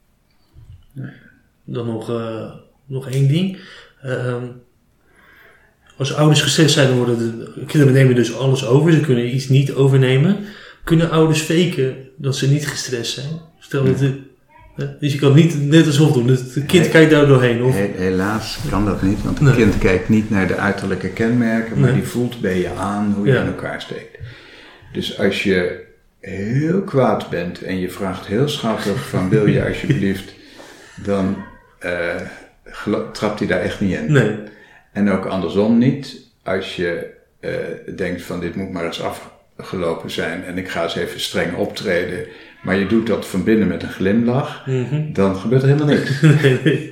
Ja. Dan nog, uh, nog één ding. Uh, als ouders gestrest zijn, dan worden de kinderen nemen dus alles over. Ze kunnen iets niet overnemen. Kunnen ouders faken dat ze niet gestrest zijn? Stel dat het, dus je kan niet net alsof doen. Het kind He, kijkt daar doorheen. Of? Helaas kan dat niet, want het nee. kind kijkt niet naar de uiterlijke kenmerken, maar nee. die voelt bij je aan hoe je ja. in elkaar steekt. Dus als je heel kwaad bent en je vraagt heel schattig van wil je alsjeblieft, dan uh, gel- trapt hij daar echt niet in. Nee. En ook andersom niet. Als je uh, denkt van dit moet maar eens afgelopen zijn en ik ga eens even streng optreden, maar je doet dat van binnen met een glimlach, mm-hmm. dan gebeurt er helemaal niks. nee, nee.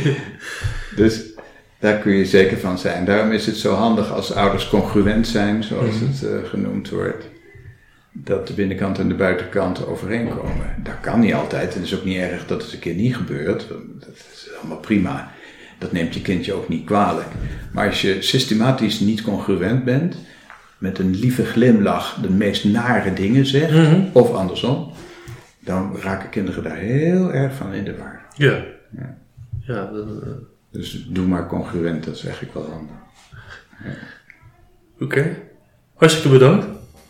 Dus daar kun je zeker van zijn. Daarom is het zo handig als ouders congruent zijn, zoals mm-hmm. het uh, genoemd wordt. Dat de binnenkant en de buitenkant overeenkomen. Dat kan niet altijd. En het is ook niet erg dat het een keer niet gebeurt. Dat is allemaal prima. Dat neemt je kindje ook niet kwalijk. Maar als je systematisch niet congruent bent, met een lieve glimlach de meest nare dingen zegt, mm-hmm. of andersom, dan raken kinderen daar heel erg van in de war. Ja. ja. ja dat, uh... Dus doe maar congruent, dat is eigenlijk wel handig. Ja. Oké. Okay. Hartstikke bedankt.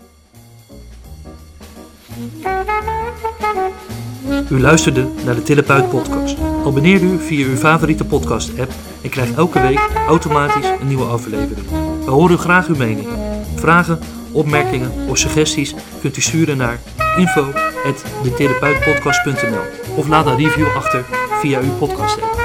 U luisterde naar de Therapeut podcast. Abonneer u via uw favoriete podcast app en krijgt elke week automatisch een nieuwe aflevering. We horen graag uw mening. Vragen, opmerkingen of suggesties kunt u sturen naar info at de therapeut podcast punt n l of laat een review achter via uw podcast app.